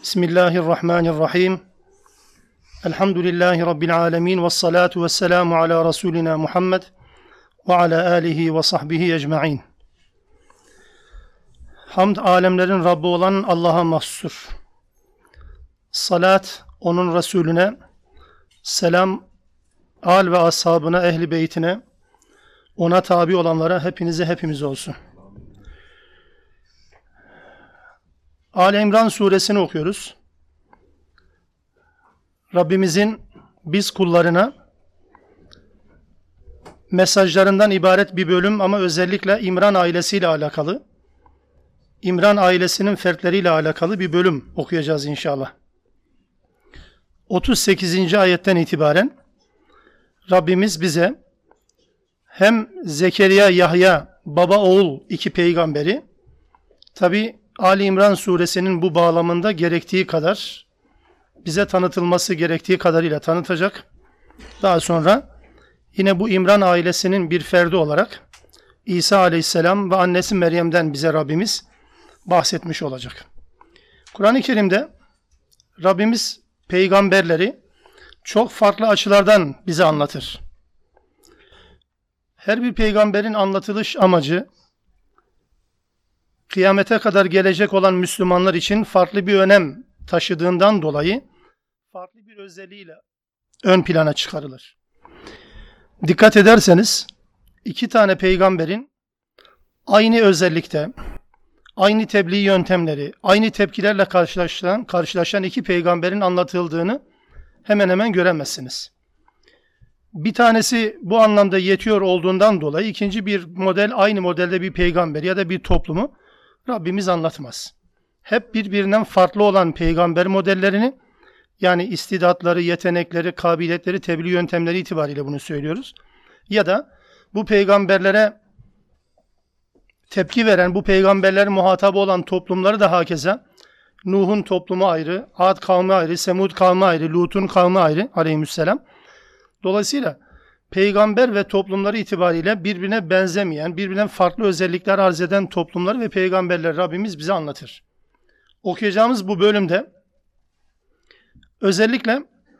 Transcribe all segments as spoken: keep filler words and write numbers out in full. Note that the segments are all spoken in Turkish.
Bismillahirrahmanirrahim. Elhamdülillahi Rabbil alemin. Ve salatu ve selamu ala Resulina Muhammed ve ala alihi ve sahbihi ecma'in. Hamd alemlerin Rabbi olan Allah'a mahsustur. Salat onun Resulüne, selam al ve ashabına, ehli beytine, ona tabi olanlara, hepinize hepimiz olsun. Ali İmran suresini okuyoruz. Rabbimizin biz kullarına mesajlarından ibaret bir bölüm ama özellikle İmran ailesiyle alakalı, İmran ailesinin fertleriyle alakalı bir bölüm okuyacağız inşallah. otuz sekizinci ayetten itibaren Rabbimiz bize hem Zekeriya, Yahya, baba oğul iki peygamberi, tabi Ali İmran suresinin bu bağlamında gerektiği kadar, bize tanıtılması gerektiği kadarıyla tanıtacak. Daha sonra yine bu İmran ailesinin bir ferdi olarak İsa aleyhisselam ve annesi Meryem'den bize Rabbimiz bahsetmiş olacak. Kur'an-ı Kerim'de Rabbimiz peygamberleri çok farklı açılardan bize anlatır. Her bir peygamberin anlatılış amacı, kıyamete kadar gelecek olan Müslümanlar için farklı bir önem taşıdığından dolayı farklı bir özelliğiyle ön plana çıkarılır. Dikkat ederseniz iki tane peygamberin aynı özellikte, aynı tebliğ yöntemleri, aynı tepkilerle karşılaşan, karşılaşan iki peygamberin anlatıldığını hemen hemen göremezsiniz. Bir tanesi bu anlamda yetiyor olduğundan dolayı ikinci bir model, aynı modelde bir peygamber ya da bir toplumu Rabbimiz anlatmaz. Hep birbirinden farklı olan peygamber modellerini, yani istidatları, yetenekleri, kabiliyetleri, tebliğ yöntemleri itibariyle bunu söylüyoruz. Ya da bu peygamberlere tepki veren, bu peygamberlerin muhatabı olan toplumları da hakeza, Nuh'un toplumu ayrı, Ad kavmi ayrı, Semud kavmi ayrı, Lut'un kavmi ayrı aleyhisselam. Dolayısıyla peygamber ve toplumları itibariyle birbirine benzemeyen, birbirinden farklı özellikler arz eden toplumları ve peygamberleri Rabbimiz bize anlatır. Okuyacağımız bu bölümde özellikle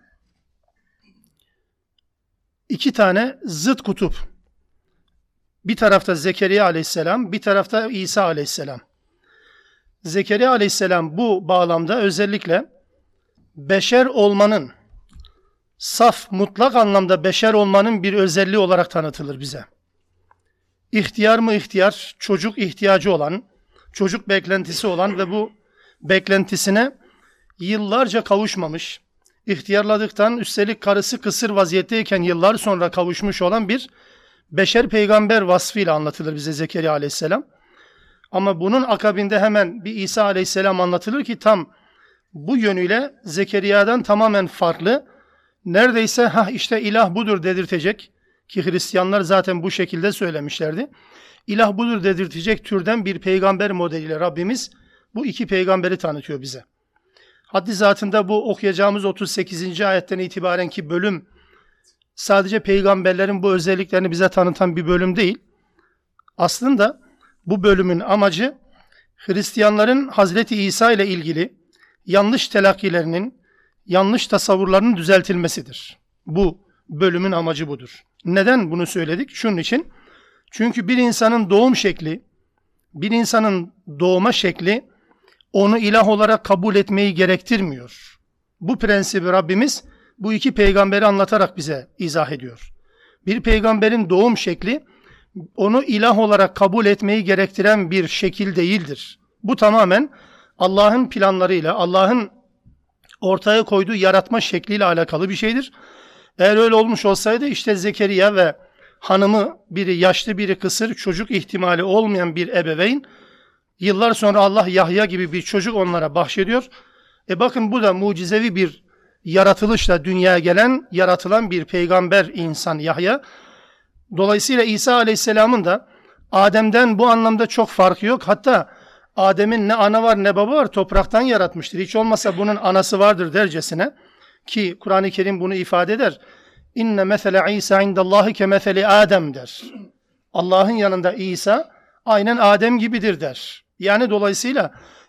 iki tane zıt kutup, bir tarafta Zekeriya aleyhisselam, bir tarafta İsa aleyhisselam. Zekeriya aleyhisselam bu bağlamda özellikle beşer olmanın, saf, mutlak anlamda beşer olmanın bir özelliği olarak tanıtılır bize. İhtiyar mı ihtiyar, çocuk ihtiyacı olan, çocuk beklentisi olan ve bu beklentisine yıllarca kavuşmamış, ihtiyarladıktan, üstelik karısı kısır vaziyetteyken yıllar sonra kavuşmuş olan bir beşer peygamber vasfıyla anlatılır bize Zekeriya aleyhisselam. Ama bunun akabinde hemen bir İsa aleyhisselam anlatılır ki tam bu yönüyle Zekeriya'dan tamamen farklı, neredeyse ha işte ilah budur dedirtecek ki Hristiyanlar zaten bu şekilde söylemişlerdi. İlah budur dedirtecek türden bir peygamber modeliyle Rabbimiz bu iki peygamberi tanıtıyor bize. Haddi zatında bu okuyacağımız otuz sekizinci ayetten itibaren ki bölüm sadece peygamberlerin bu özelliklerini bize tanıtan bir bölüm değil. Aslında bu bölümün amacı Hristiyanların Hazreti İsa ile ilgili yanlış telakkilerinin, yanlış tasavvurlarının düzeltilmesidir. Bu bölümün amacı budur. Neden bunu söyledik? Şunun için. Çünkü bir insanın doğum şekli, bir insanın doğma şekli onu ilah olarak kabul etmeyi gerektirmiyor. Bu prensibi Rabbimiz bu iki peygamberi anlatarak bize izah ediyor. Bir peygamberin doğum şekli onu ilah olarak kabul etmeyi gerektiren bir şekil değildir. Bu tamamen Allah'ın planlarıyla, Allah'ın ortaya koyduğu yaratma şekliyle alakalı bir şeydir. Eğer öyle olmuş olsaydı işte Zekeriya ve hanımı, biri yaşlı biri kısır, çocuk ihtimali olmayan bir ebeveyn, yıllar sonra Allah Yahya gibi bir çocuk onlara bahşediyor. E bakın bu da mucizevi bir yaratılışla dünyaya gelen, yaratılan bir peygamber insan Yahya. Dolayısıyla İsa Aleyhisselam'ın da Adem'den bu anlamda çok farkı yok. Hatta Adem'in ne ana var ne baba var, topraktan yaratmıştır. Hiç olmazsa bunun anası vardır dercesine ki Kur'an-ı Kerim bunu ifade eder. İnne mesele İsa indallahi ke meseli Adem der. Allah'ın yanında İsa aynen Adem gibidir der. Yani dolayısıyla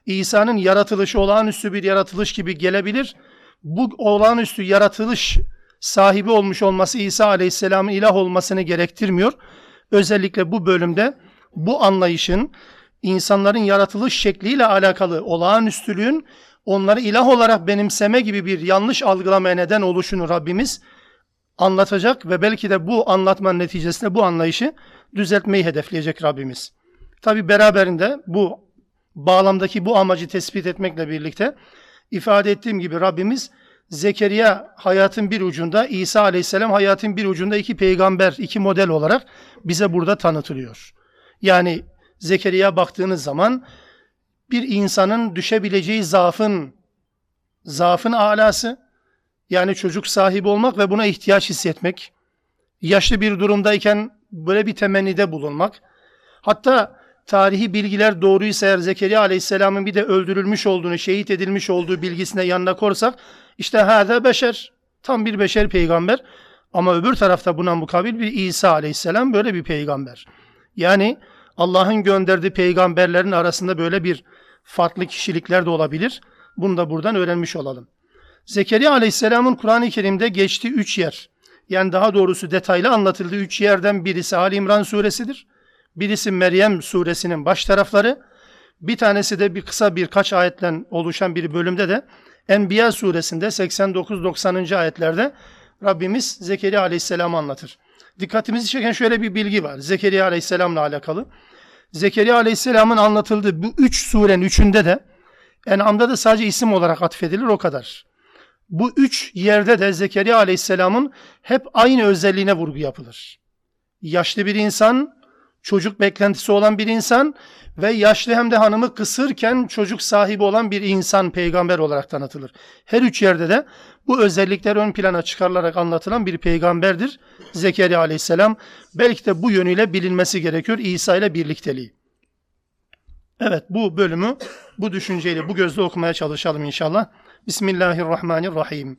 İsa'nın yaratılışı olağanüstü bir yaratılış gibi gelebilir. Bu olağanüstü yaratılış sahibi olmuş olması İsa Aleyhisselam'ın ilah olmasını gerektirmiyor. Özellikle bu bölümde bu anlayışın insanların yaratılış şekliyle alakalı olağanüstülüğün onları ilah olarak benimseme gibi bir yanlış algılamaya neden oluşunu Rabbimiz anlatacak ve belki de bu anlatmanın neticesinde bu anlayışı düzeltmeyi hedefleyecek Rabbimiz. Tabi beraberinde bu bağlamdaki bu amacı tespit etmekle birlikte ifade ettiğim gibi Rabbimiz Zekeriya hayatın bir ucunda, İsa Aleyhisselam hayatın bir ucunda iki peygamber, iki model olarak bize burada tanıtılıyor. Yani Zekeriya baktığınız zaman bir insanın düşebileceği zaafın, zaafın alası, yani çocuk sahibi olmak ve buna ihtiyaç hissetmek, yaşlı bir durumdayken böyle bir temennide bulunmak, hatta tarihi bilgiler doğruysa eğer Zekeriya Aleyhisselam'ın bir de öldürülmüş olduğunu, şehit edilmiş olduğu bilgisine yanına korsak, işte hâzâ beşer, tam bir beşer peygamber. Ama öbür tarafta buna mukabil bir İsa Aleyhisselam böyle bir peygamber. Yani Allah'ın gönderdiği peygamberlerin arasında böyle bir farklı kişilikler de olabilir. Bunu da buradan öğrenmiş olalım. Zekeriya Aleyhisselam'ın Kur'an-ı Kerim'de geçtiği üç yer, yani daha doğrusu detaylı anlatıldığı üç yerden birisi Ali İmran suresidir. Birisi Meryem suresinin baş tarafları, bir tanesi de bir kısa birkaç ayetten oluşan bir bölümde de Enbiya suresinde seksen dokuz doksanıncı ayetlerde Rabbimiz Zekeriya Aleyhisselam'ı anlatır. Dikkatimizi çeken şöyle bir bilgi var Zekeriya Aleyhisselam'la alakalı. Zekeriya Aleyhisselam'ın anlatıldığı bu üç surenin üçünde de En'am'da da sadece isim olarak atfedilir, o kadar. Bu üç yerde de Zekeriya Aleyhisselam'ın hep aynı özelliğine vurgu yapılır. Yaşlı bir insan, çocuk beklentisi olan bir insan ve yaşlı hem de hanımı kısırken çocuk sahibi olan bir insan peygamber olarak tanıtılır. Her üç yerde de bu özellikler ön plana çıkarılarak anlatılan bir peygamberdir Zekeriya Aleyhisselam. Belki de bu yönüyle bilinmesi gerekiyor İsa ile birlikteliği. Evet, bu bölümü bu düşünceyle, bu gözle okumaya çalışalım inşallah. Bismillahirrahmanirrahim.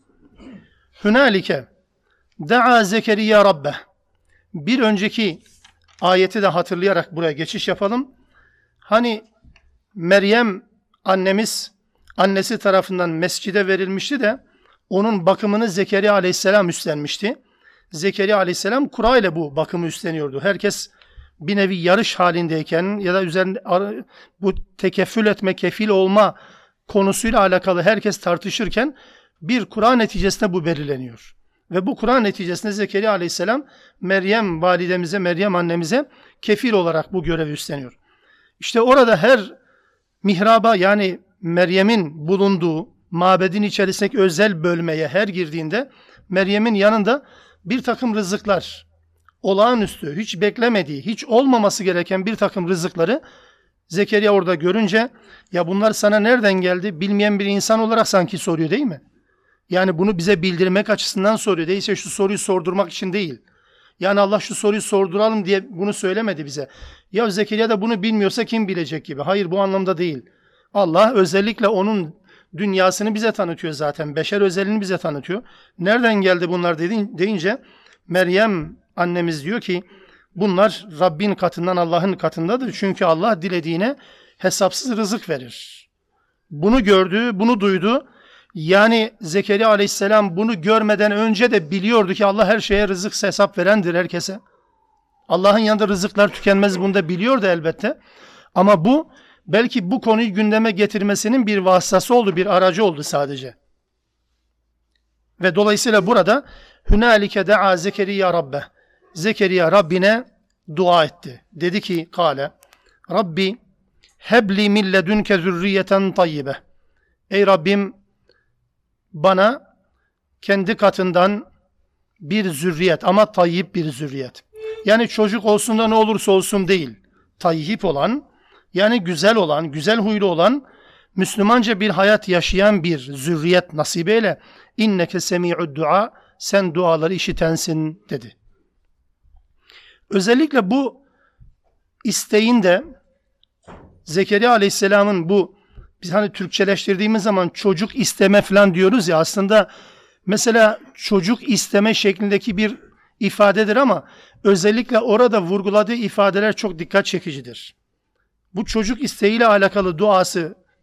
Hünalike da'a Zekeriya Rabbeh. Bir önceki ayeti de hatırlayarak buraya geçiş yapalım. Hani Meryem annemiz annesi tarafından mescide verilmişti de onun bakımını Zekeriya Aleyhisselam üstlenmişti. Zekeriya Aleyhisselam Kura ile bu bakımı üstleniyordu. Herkes bir nevi yarış halindeyken ya da üzerinde bu tekeffül etme, kefil olma konusuyla alakalı herkes tartışırken bir Kura neticesinde bu belirleniyor. Ve bu Kur'an neticesinde Zekeriya Aleyhisselam Meryem validemize, Meryem annemize kefil olarak bu görevi üstleniyor. İşte orada her mihraba, yani Meryem'in bulunduğu mabedin içerisindeki özel bölmeye her girdiğinde Meryem'in yanında bir takım rızıklar, olağanüstü, hiç beklemediği, hiç olmaması gereken bir takım rızıkları Zekeriya orada görünce, ya bunlar sana nereden geldi bilmeyen bir insan olarak sanki soruyor, değil mi? Yani bunu bize bildirmek açısından soruyor. Değilse şu soruyu sordurmak için değil. Yani Allah şu soruyu sorduralım diye bunu söylemedi bize. Ya Zekeriya da bunu bilmiyorsa kim bilecek gibi. Hayır, bu anlamda değil. Allah özellikle onun dünyasını bize tanıtıyor zaten. Beşer özelliğini bize tanıtıyor. Nereden geldi bunlar deyince Meryem annemiz diyor ki bunlar Rabbin katından, Allah'ın katındadır. Çünkü Allah dilediğine hesapsız rızık verir. Bunu gördü, bunu duydu. Yani Zekeriya Aleyhisselam bunu görmeden önce de biliyordu ki Allah her şeye rızık hesap verendir herkese. Allah'ın yanında rızıklar tükenmez, bunu da biliyordu elbette. Ama bu belki bu konuyu gündeme getirmesinin bir vasıtası oldu, bir aracı oldu sadece. Ve dolayısıyla burada Hünalike da'a Zekeriya Rabbeh. Zekeriya Rabbine dua etti. Dedi ki kâle Rabbi hebli min ledünke zürriyeten tayyibe. Ey Rabbim, bana kendi katından bir zürriyet, ama tayyip bir zürriyet. Yani çocuk olsun da ne olursa olsun değil. Tayyip olan, yani güzel olan, güzel huylu olan, Müslümanca bir hayat yaşayan bir zürriyet nasip eyle. İnneke semi'ud dua, sen duaları işitensin dedi. Özellikle bu isteğin de Zekeriya Aleyhisselam'ın bu, biz hani Türkçeleştirdiğimiz zaman çocuk isteme falan diyoruz ya, aslında mesela çocuk isteme şeklindeki bir ifadedir ama özellikle orada vurguladığı ifadeler çok dikkat çekicidir. Bu çocuk isteğiyle alakalı duası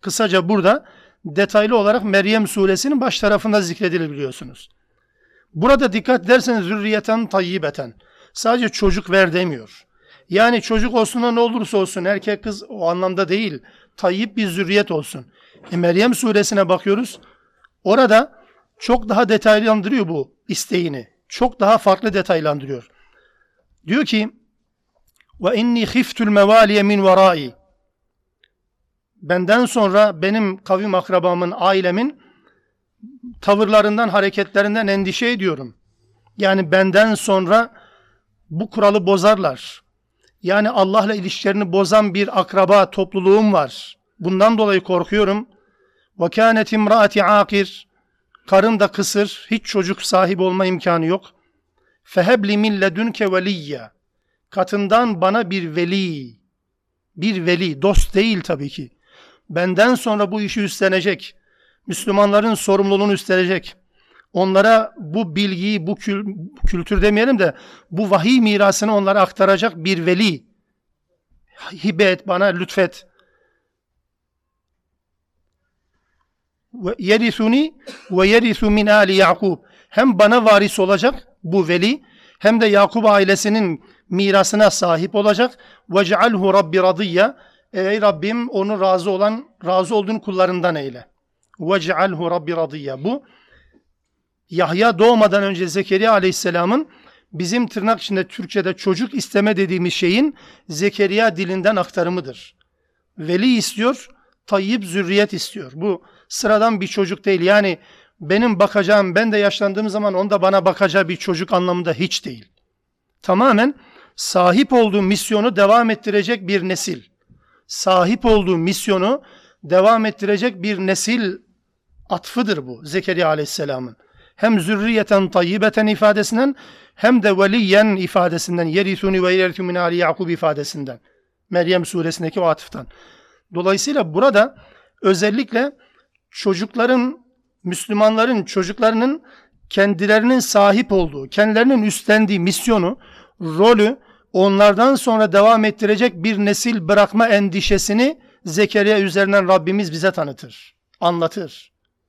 Kısaca burada detaylı olarak Meryem suresinin baş tarafında zikredilir biliyorsunuz. Burada dikkat ederseniz zürriyeten tayyibeten. Sadece çocuk ver demiyor. Yani çocuk olsun da ne olursa olsun, erkek kız o anlamda değil. Tayyip bir zürriyet olsun. E Meryem suresine bakıyoruz. Orada çok daha detaylandırıyor bu isteğini. Çok daha farklı detaylandırıyor. Diyor ki ve inni khiftul mevaliye min verai. Benden sonra benim kavim akrabamın, ailemin tavırlarından, hareketlerinden endişe ediyorum. Yani benden sonra bu kuralı bozarlar. Yani Allah'la ilişkilerini bozan bir akraba topluluğum var. Bundan dolayı korkuyorum. Ve kânet imraati âkir. Karım da kısır, hiç çocuk sahibi olma imkanı yok. Fehebli min ledünke veliyya. Katından bana bir veli, bir veli, dost değil tabii ki. Benden sonra bu işi üstlenecek, Müslümanların sorumluluğunu üstlenecek. Onlara bu bilgiyi, bu kül, kültür demeyelim de bu vahiy mirasını onlara aktaracak bir veli. Hibe et bana, lütfet. Yerisuni ve yerisu min ali Yakub. Hem bana varis olacak bu veli, hem de Yakub ailesinin mirasına sahip olacak. Vec'alhu rabbi radiyya. Ey Rabbim onu razı olan, razı olduğun kullarından eyle. Vec'alhu rabbi radiyya. Bu Yahya doğmadan önce Zekeriya aleyhisselamın bizim tırnak içinde Türkçe'de çocuk isteme dediğimiz şeyin Zekeriya dilinden aktarımıdır. Veli istiyor, tayyip zürriyet istiyor. Bu sıradan bir çocuk değil. Yani benim bakacağım, ben de yaşlandığım zaman onda bana bakacağı bir çocuk anlamında hiç değil. Tamamen sahip olduğu misyonu devam ettirecek bir nesil. Sahip olduğu misyonu devam ettirecek bir nesil atfıdır bu Zekeriya aleyhisselamın. Hem zürriyeten tayyibeten ifadesinden hem de veliyen ifadesinden, yerisuni ve yeritü min ali Yakub ifadesinden. Meryem suresindeki o atıftan. Dolayısıyla burada özellikle çocukların, Müslümanların çocuklarının kendilerinin sahip olduğu, kendilerinin üstlendiği misyonu, rolü onlardan sonra devam ettirecek bir nesil bırakma endişesini Zekeriya üzerinden Rabbimiz bize tanıtır, anlatır.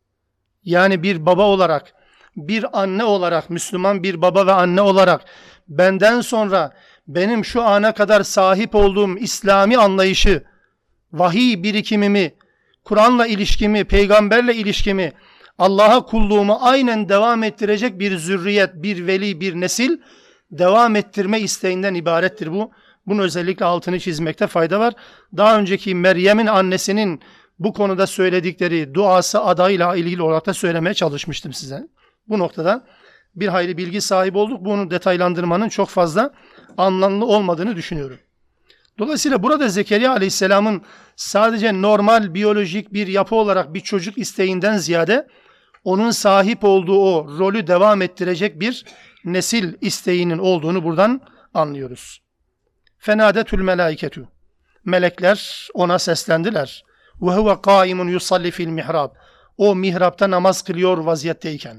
Yani bir baba olarak, bir anne olarak, Müslüman bir baba ve anne olarak benden sonra benim şu ana kadar sahip olduğum İslami anlayışı, vahiy birikimimi, Kur'an'la ilişkimi, peygamberle ilişkimi, Allah'a kulluğumu aynen devam ettirecek bir zürriyet, bir veli, bir nesil devam ettirme isteğinden ibarettir bu. Bunun özellikle altını çizmekte fayda var. Daha önceki Meryem'in annesinin bu konuda söyledikleri duası adayla ilgili olarak da söylemeye çalışmıştım size. Bu noktada bir hayli bilgi sahibi olduk. Bunu detaylandırmanın çok fazla anlamlı olmadığını düşünüyorum. Dolayısıyla burada Zekeriya Aleyhisselam'ın sadece normal biyolojik bir yapı olarak bir çocuk isteğinden ziyade onun sahip olduğu o rolü devam ettirecek bir nesil isteğinin olduğunu buradan anlıyoruz. Fenadetül melaiketu. Melekler ona seslendiler. Ve huve kaimun yusalli fil mihrab. O mihrapta namaz kılıyor vaziyetteyken.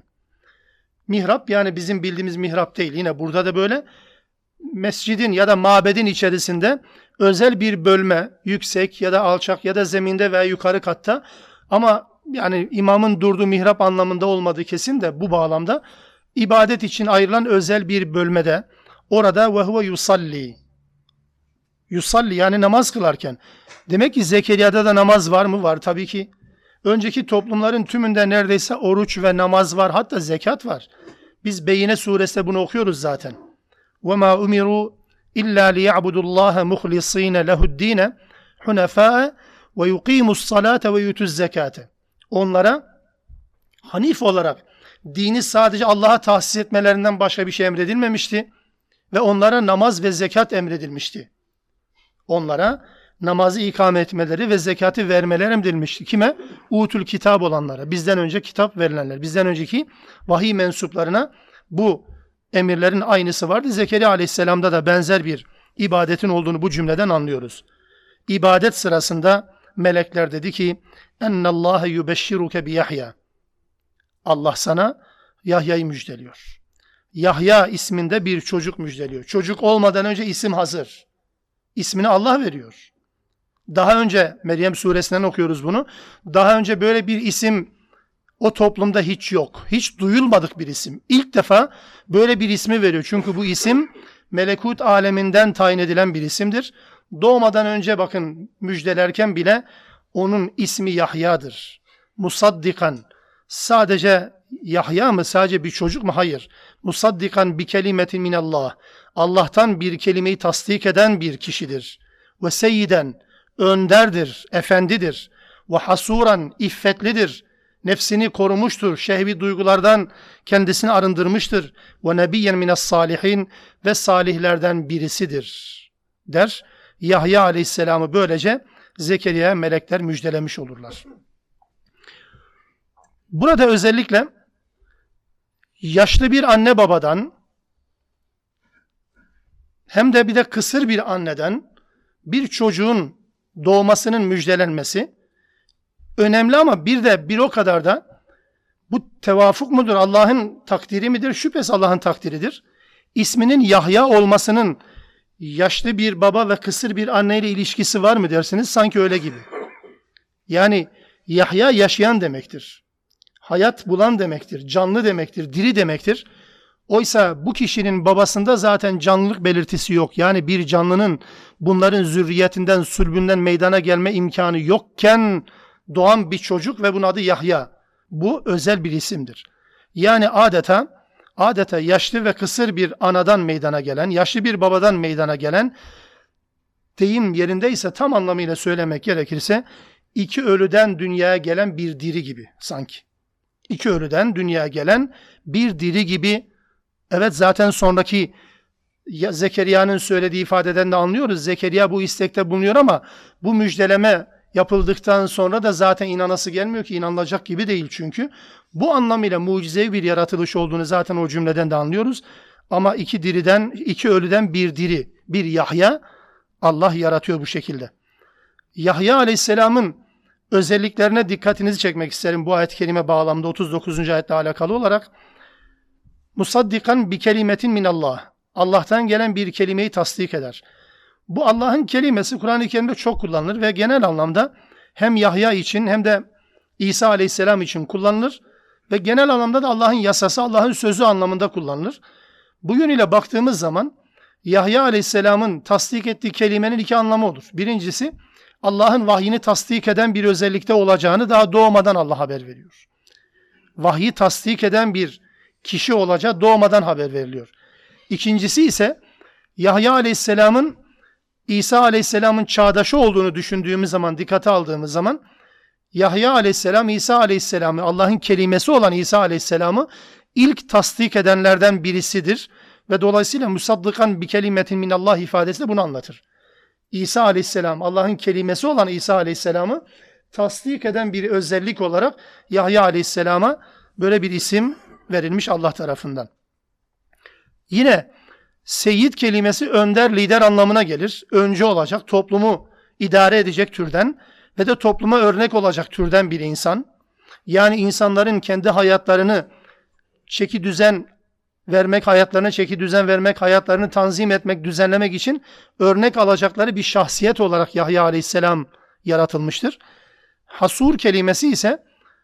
Mihrap yani bizim bildiğimiz mihrap değil. Yine burada da böyle mescidin ya da mabedin içerisinde özel bir bölme, yüksek ya da alçak ya da zeminde veya yukarı katta, ama yani imamın durduğu mihrap anlamında olmadığı kesin de bu bağlamda ibadet için ayrılan özel bir bölmede, orada ve huve yusalli. Yusalli yani namaz kılarken. Demek ki Zekeriya'da da namaz var mı? Var tabii ki. Önceki toplumların tümünde neredeyse oruç ve namaz var. Hatta zekat var. Biz Beyine suresinde bunu okuyoruz zaten. وَمَا اُمِرُوا اِلَّا لِيَعْبُدُوا اللّٰهَ مُخْلِص۪ينَ لَهُ الدِّينَ حُنَفَاءَ وَيُقِيمُوا الصَّلَاةَ وَيُؤْتُوا الزَّكَاةَ. Onlara hanif olarak dini sadece Allah'a tahsis etmelerinden başka bir şey emredilmemişti ve onlara namaz ve zekat emredilmişti. Onlara namazı ikame etmeleri ve zekatı vermeleri emredilmişti. Kime? Utul kitap olanlara, bizden önce kitap verilenler, bizden önceki vahiy mensuplarına bu emirlerin aynısı vardı. Zekeriya Aleyhisselam'da da benzer bir ibadetin olduğunu bu cümleden anlıyoruz. İbadet sırasında melekler dedi ki: "Ennallâhe yubeşşiruke bi Yahya." Allah sana Yahya'yı müjdeliyor. Yahya isminde bir çocuk müjdeliyor. Çocuk olmadan önce isim hazır. İsmini Allah veriyor. Daha önce Meryem suresinden okuyoruz bunu. Daha önce böyle bir isim o toplumda hiç yok. Hiç duyulmadık bir isim. İlk defa böyle bir ismi veriyor. Çünkü bu isim melekut aleminden tayin edilen bir isimdir. Doğmadan önce bakın müjdelerken bile onun ismi Yahya'dır. Musaddikan. Sadece Yahya mı? Sadece bir çocuk mu? Hayır. Musaddikan bi kelimetin minallah. Allah'tan bir kelimeyi tasdik eden bir kişidir. Ve seyyiden. Önderdir, efendidir. Ve hasuran. İffetlidir. Nefsini korumuştur. Şehvi duygulardan kendisini arındırmıştır. Ve nebiyyen minas salihin. Ve salihlerden birisidir. Der. Yahya aleyhisselamı böylece Zekeriya'ya melekler müjdelemiş olurlar. Burada özellikle yaşlı bir anne babadan hem de bir de kısır bir anneden bir çocuğun doğmasının müjdelenmesi önemli ama bir de bir o kadar da bu tevafuk mudur, Allah'ın takdiri midir? Şüphesiz Allah'ın takdiridir. İsminin Yahya olmasının yaşlı bir baba ve kısır bir anneyle ilişkisi var mı dersiniz? Sanki öyle gibi. Yani Yahya yaşayan demektir. Hayat bulan demektir. Canlı demektir. Diri demektir. Oysa bu kişinin babasında zaten canlılık belirtisi yok. Yani bir canlının bunların zürriyetinden, sülbünden meydana gelme imkanı yokken doğan bir çocuk ve bunun adı Yahya. Bu özel bir isimdir. Yani adeta adeta yaşlı ve kısır bir anadan meydana gelen, yaşlı bir babadan meydana gelen, deyim yerindeyse tam anlamıyla söylemek gerekirse iki ölüden dünyaya gelen bir diri gibi sanki. İki ölüden dünyaya gelen bir diri gibi. Evet, zaten sonraki Zekeriya'nın söylediği ifadeden de anlıyoruz. Zekeriya bu istekte bulunuyor ama bu müjdeleme yapıldıktan sonra da zaten inanası gelmiyor ki, inanılacak gibi değil çünkü. Bu anlamıyla mucizevi bir yaratılış olduğunu zaten o cümleden de anlıyoruz. Ama iki diriden, iki ölüden bir diri, bir Yahya Allah yaratıyor bu şekilde. Yahya aleyhisselamın özelliklerine dikkatinizi çekmek isterim bu ayet-i kerime bağlamda otuz dokuzuncu ayetle alakalı olarak. Musaddikan bi kelimetin minallah. Allah'tan gelen bir kelimeyi tasdik eder. Bu Allah'ın kelimesi Kur'an-ı Kerim'de çok kullanılır ve genel anlamda hem Yahya için hem de İsa aleyhisselam için kullanılır ve genel anlamda da Allah'ın yasası, Allah'ın sözü anlamında kullanılır. Bu yönüyle baktığımız zaman Yahya aleyhisselamın tasdik ettiği kelimenin iki anlamı olur. Birincisi, Allah'ın vahyini tasdik eden bir özellikte olacağını daha doğmadan Allah haber veriyor. Vahyi tasdik eden bir kişi olacağı doğmadan haber veriliyor. İkincisi ise Yahya aleyhisselamın İsa aleyhisselamın çağdaşı olduğunu düşündüğümüz zaman, dikkate aldığımız zaman Yahya aleyhisselam, İsa aleyhisselamı, Allah'ın kelimesi olan İsa aleyhisselamı ilk tasdik edenlerden birisidir ve dolayısıyla musaddikan bi kelimetin minallah ifadesi de bunu anlatır. İsa aleyhisselam, Allah'ın kelimesi olan İsa aleyhisselamı tasdik eden bir özellik olarak Yahya aleyhisselama böyle bir isim verilmiş Allah tarafından. Yine seyyid kelimesi önder, lider anlamına gelir. Öncü olacak, toplumu idare edecek türden ve de topluma örnek olacak türden bir insan. Yani insanların kendi hayatlarını çeki düzen vermek, hayatlarına çeki düzen vermek, hayatlarını tanzim etmek, düzenlemek için örnek alacakları bir şahsiyet olarak Yahya aleyhisselam yaratılmıştır. Hasur kelimesi ise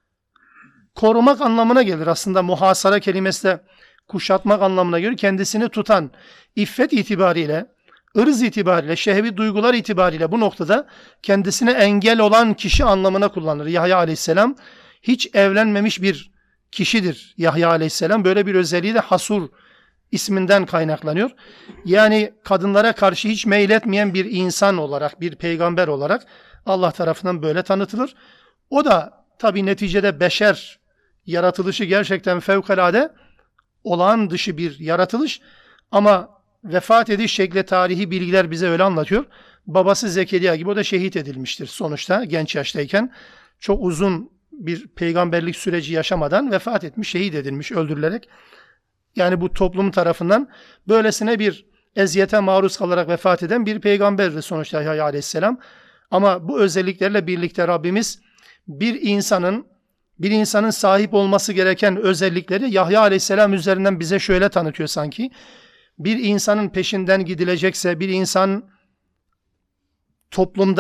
korumak anlamına gelir. Aslında muhasara kelimesi de kuşatmak anlamına gelir. Kendisini tutan, iffet itibariyle, ırz itibariyle, şehvi duygular itibariyle bu noktada kendisine engel olan kişi anlamına kullanılır. Yahya aleyhisselam hiç evlenmemiş bir kişidir. Yahya aleyhisselam böyle bir özelliği de hasur isminden kaynaklanıyor. Yani kadınlara karşı hiç meyletmeyen bir insan olarak, bir peygamber olarak Allah tarafından böyle tanıtılır. O da tabii neticede beşer yaratılışı gerçekten fevkalade olağan dışı bir yaratılış ama vefat ediş şekli tarihi bilgiler bize öyle anlatıyor. Babası Zekeriya gibi o da şehit edilmiştir sonuçta genç yaştayken. Çok uzun bir peygamberlik süreci yaşamadan vefat etmiş, şehit edilmiş, öldürülerek. Yani bu toplum tarafından böylesine bir eziyete maruz kalarak vefat eden bir peygamberdi sonuçta Yahya aleyhisselam. Ama bu özelliklerle birlikte Rabbimiz bir insanın bir insanın sahip olması gereken özellikleri Yahya aleyhisselam üzerinden bize şöyle tanıtıyor sanki. Bir insanın peşinden gidilecekse, bir insan toplumda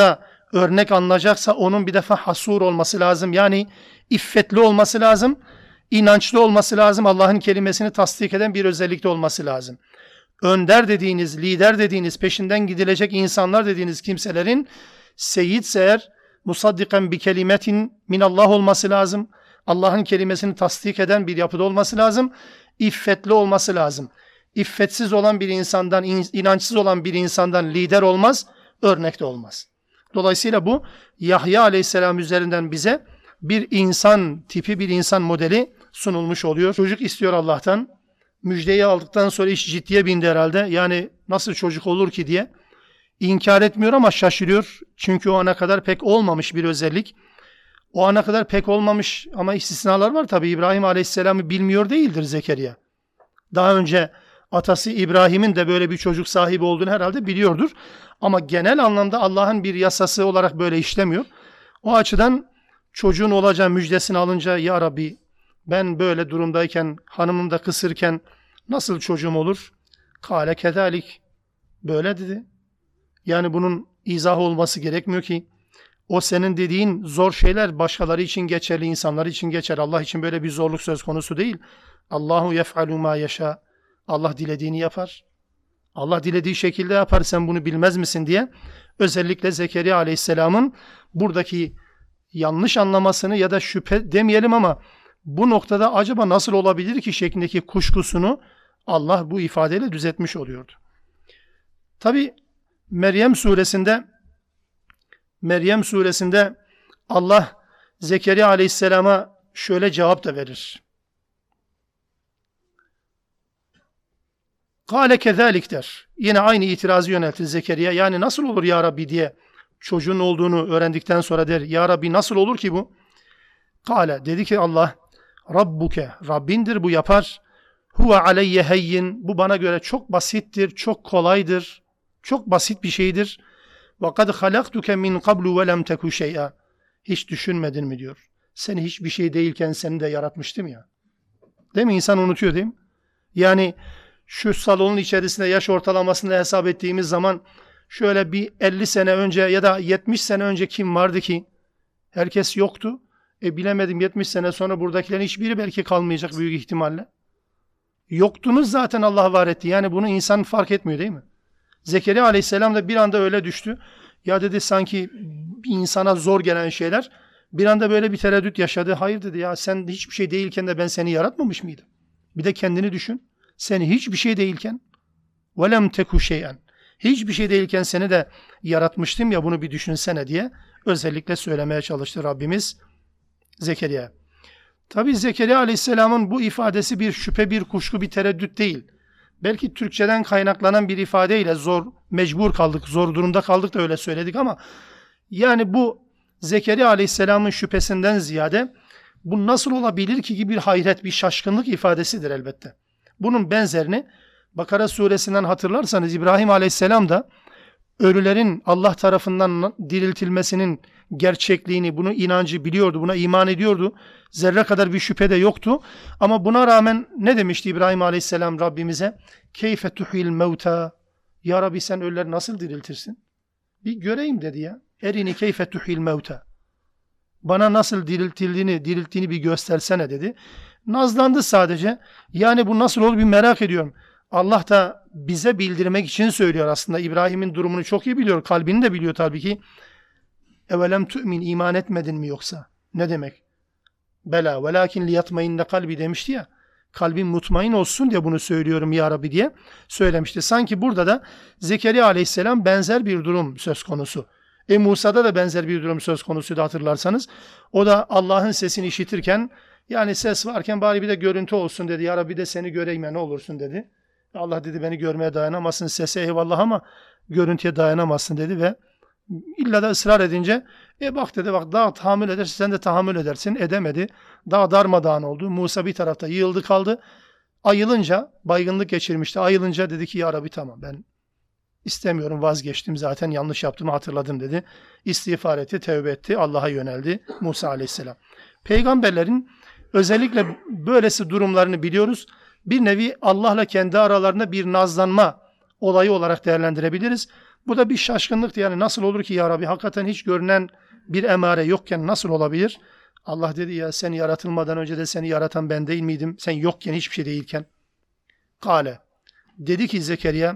örnek alınacaksa onun bir defa hasur olması lazım. Yani iffetli olması lazım, inançlı olması lazım, Allah'ın kelimesini tasdik eden bir özellikte olması lazım. Önder dediğiniz, lider dediğiniz, peşinden gidilecek insanlar dediğiniz kimselerin seyyidse eğer musaddikan bi kelimetin minallah olması lazım. Allah'ın kelimesini tasdik eden bir yapıda olması lazım. İffetli olması lazım. İffetsiz olan bir insandan, inançsız olan bir insandan lider olmaz, örnek de olmaz. Dolayısıyla bu Yahya Aleyhisselam üzerinden bize bir insan tipi, bir insan modeli sunulmuş oluyor. Çocuk istiyor Allah'tan. Müjdeyi aldıktan sonra iş ciddiye bindi herhalde. Yani nasıl çocuk olur ki diye. İnkar etmiyor ama şaşırıyor. Çünkü o ana kadar pek olmamış bir özellik. O ana kadar pek olmamış ama istisnalar var tabii. İbrahim Aleyhisselam'ı bilmiyor değildir Zekeriya. Daha önce atası İbrahim'in de böyle bir çocuk sahibi olduğunu herhalde biliyordur. Ama genel anlamda Allah'ın bir yasası olarak böyle işlemiyor. O açıdan çocuğun olacağı müjdesini alınca ya Rabbi ben böyle durumdayken, hanımım da kısırken nasıl çocuğum olur? Kâle kedâlik. Böyle dedi. Yani bunun izahı olması gerekmiyor ki. O senin dediğin zor şeyler başkaları için geçerli, insanlar için geçer. Allah için böyle bir zorluk söz konusu değil. Allahu yef'alu ma yeşâ. Allah dilediğini yapar. Allah dilediği şekilde yapar. Sen bunu bilmez misin diye özellikle Zekeriya Aleyhisselam'ın buradaki yanlış anlamasını ya da şüphe demeyelim ama bu noktada acaba nasıl olabilir ki şeklindeki kuşkusunu Allah bu ifadeyle düzeltmiş oluyordu. Tabi Meryem suresinde Meryem suresinde Allah Zekeriya Aleyhisselam'a şöyle cevap da verir. Kâle kezâlik der. Yine aynı itirazı yöneltir Zekeriya. Yani nasıl olur ya Rabbi diye çocuğun olduğunu öğrendikten sonra der. Ya Rabbi nasıl olur ki bu? Kâle dedi ki Allah Rabbuke Rabbindir bu yapar. Huve aleyye heyyin. Bu bana göre çok basittir, çok kolaydır. Çok basit bir şeydir. Ve kad halaktuke min qablu ve lem teku şey'a. Hiç düşünmedin mi diyor. Seni hiçbir şey değilken seni de yaratmıştım ya. Değil mi? İnsan unutuyor değil mi? Yani şu salonun içerisinde yaş ortalamasını hesap ettiğimiz zaman şöyle bir elli sene önce ya da yetmiş sene önce kim vardı ki? Herkes yoktu. E bilemedim yetmiş sene sonra buradakilerin hiçbiri belki kalmayacak büyük ihtimalle. Yoktunuz zaten Allah var etti. Yani bunu insan fark etmiyor değil mi? Zekeriya Aleyhisselam da bir anda öyle düştü. Ya dedi sanki bir insana zor gelen şeyler. Bir anda böyle bir tereddüt yaşadı. Hayır dedi ya sen hiçbir şey değilken de ben seni yaratmamış mıydım? Bir de kendini düşün. Sen hiçbir şey değilken وَلَمْ تَكُ شَيْئًا hiçbir şey değilken seni de yaratmıştım ya bunu bir düşünsene diye özellikle söylemeye çalıştı Rabbimiz Zekeriya. Tabi Zekeriya Aleyhisselam'ın bu ifadesi bir şüphe, bir kuşku, bir tereddüt değil. Belki Türkçeden kaynaklanan bir ifadeyle zor, mecbur kaldık, zor durumda kaldık da öyle söyledik ama yani bu Zekeriya Aleyhisselam'ın şüphesinden ziyade bu nasıl olabilir ki gibi bir hayret, bir şaşkınlık ifadesidir elbette. Bunun benzerini Bakara suresinden hatırlarsanız İbrahim Aleyhisselam da ölülerin Allah tarafından diriltilmesinin gerçekliğini, bunu inancı biliyordu, buna iman ediyordu. Zerre kadar bir şüphe de yoktu. Ama buna rağmen ne demişti İbrahim Aleyhisselam Rabbimize? Keyfe tuhil mevta. Ya Rabbi sen ölüleri nasıl diriltirsin? Bir göreyim dedi ya. Erini keyfe tuhil mevta. Bana nasıl diriltildiğini, dirilttiğini bir göstersene dedi. Nazlandı sadece. Yani bu nasıl olur bir merak ediyorum. Allah da bize bildirmek için söylüyor aslında. İbrahim'in durumunu çok iyi biliyor. Kalbini de biliyor tabii ki. Evelem tu'min iman etmedin mi yoksa? Ne demek? Bela velakin liyatmayinne kalbi demişti ya. Kalbin mutmain olsun diye bunu söylüyorum ya Rabbi diye söylemişti. Sanki burada da Zekeriya Aleyhisselam benzer bir durum söz konusu. E Musa'da da benzer bir durum söz konusuydu hatırlarsanız. O da Allah'ın sesini işitirken yani ses varken bari bir de görüntü olsun dedi. Ya Rabbi de seni göreyim ya ne olursun dedi. Allah dedi beni görmeye dayanamazsın. Sese eyvallah ama görüntüye dayanamazsın dedi ve illa da ısrar edince e bak dedi bak daha tahammül edersin sen de tahammül edersin. Edemedi. Daha darmadağın oldu. Musa bir tarafta yığıldı kaldı. Ayılınca baygınlık geçirmişti. Ayılınca dedi ki ya Rabbi tamam ben istemiyorum vazgeçtim zaten yanlış yaptığımı hatırladım dedi. İstiğfar etti, tevbe etti. Allah'a yöneldi Musa Aleyhisselam. Peygamberlerin özellikle böylesi durumlarını biliyoruz. Bir nevi Allah'la kendi aralarında bir nazlanma olayı olarak değerlendirebiliriz. Bu da bir şaşkınlıktı. Yani nasıl olur ki ya Rabbi, hakikaten hiç görünen bir emare yokken nasıl olabilir? Allah dedi ya, sen yaratılmadan önce de seni yaratan ben değil miydim? Sen yokken, hiçbir şey değilken. Kale. Dedi ki Zekeriya,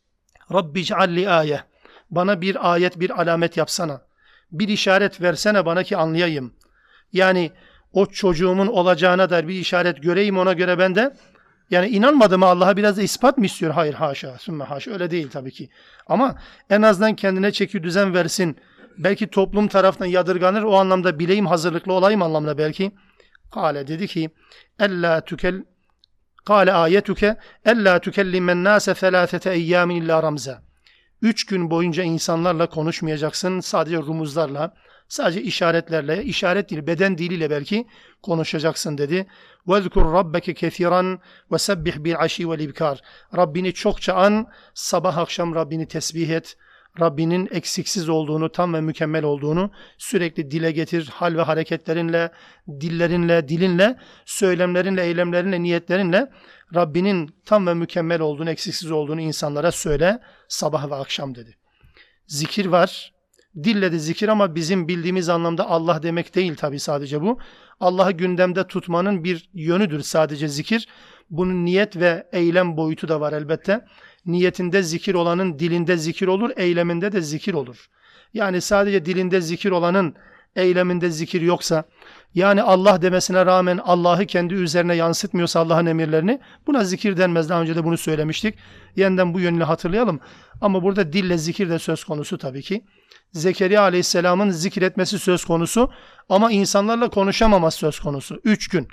Rabbi cealli ayet. Bana bir ayet, bir alamet yapsana. Bir işaret versene bana ki anlayayım. Yani o çocuğumun olacağına dair bir işaret göreyim, ona göre ben de, yani inanmadım Allah'a, biraz da ispat mı istiyor? Hayır, haşa, sümme haşa, öyle değil tabii ki. Ama en azından kendine çeki düzen versin. Belki toplum tarafından yadırganır, o anlamda bileyim, hazırlıklı olayım anlamda belki. Kale, dedi ki, Ella tükel Kale ayetuke ella tükellimen nase felâfete eyyamin illa ramza. Üç gün boyunca insanlarla konuşmayacaksın, sadece rumuzlarla, sadece işaretlerle, işaret dili, beden diliyle belki konuşacaksın dedi. وَذْكُرْ رَبَّكَ كَثِيرًا وَسَبِّحْ بِالْعَشِيِّ وَالْإِبْكَارِ. Rabbini çokça an, sabah akşam Rabbini tesbih et. Rabbinin eksiksiz olduğunu, tam ve mükemmel olduğunu sürekli dile getir. Hal ve hareketlerinle, dillerinle, dilinle, söylemlerinle, eylemlerinle, niyetlerinle Rabbinin tam ve mükemmel olduğunu, eksiksiz olduğunu insanlara söyle sabah ve akşam dedi. Zikir var. Dille de zikir, ama bizim bildiğimiz anlamda Allah demek değil tabii sadece bu. Allah'ı gündemde tutmanın bir yönüdür sadece zikir. Bunun niyet ve eylem boyutu da var elbette. Niyetinde zikir olanın dilinde zikir olur, eyleminde de zikir olur. Yani sadece dilinde zikir olanın eyleminde zikir yoksa, yani Allah demesine rağmen Allah'ı kendi üzerine yansıtmıyorsa Allah'ın emirlerini, buna zikir denmez. Daha önce de bunu söylemiştik. Yeniden bu yönünü hatırlayalım. Ama burada dille zikir de söz konusu tabii ki. Zekeriya Aleyhisselam'ın zikretmesi söz konusu ama insanlarla konuşamaması söz konusu. Üç gün.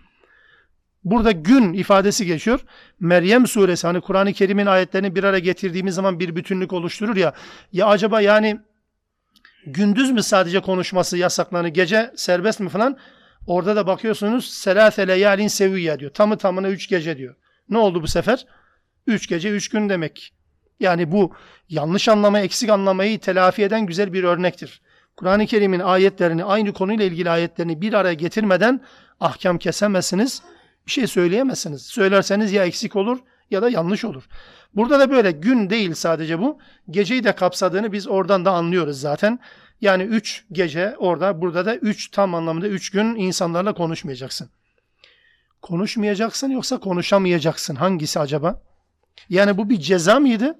Burada gün ifadesi geçiyor. Meryem suresi, hani Kur'an-ı Kerim'in ayetlerini bir araya getirdiğimiz zaman bir bütünlük oluşturur ya. Ya acaba yani gündüz mü sadece konuşması yasaklanır, gece serbest mi falan? Orada da bakıyorsunuz selâse leyâlin seviyye diyor. Tamı tamına üç gece diyor. Ne oldu bu sefer? Üç gece, üç gün demek. Yani bu yanlış anlama, eksik anlamayı telafi eden güzel bir örnektir. Kur'an-ı Kerim'in ayetlerini, aynı konuyla ilgili ayetlerini bir araya getirmeden ahkam kesemezsiniz, bir şey söyleyemezsiniz. Söylerseniz ya eksik olur ya da yanlış olur. Burada da böyle, gün değil sadece bu. Geceyi de kapsadığını biz oradan da anlıyoruz zaten. Yani üç gece orada, burada da üç, tam anlamda üç gün insanlarla konuşmayacaksın. Konuşmayacaksın yoksa konuşamayacaksın. Hangisi acaba? Yani bu bir ceza mıydı?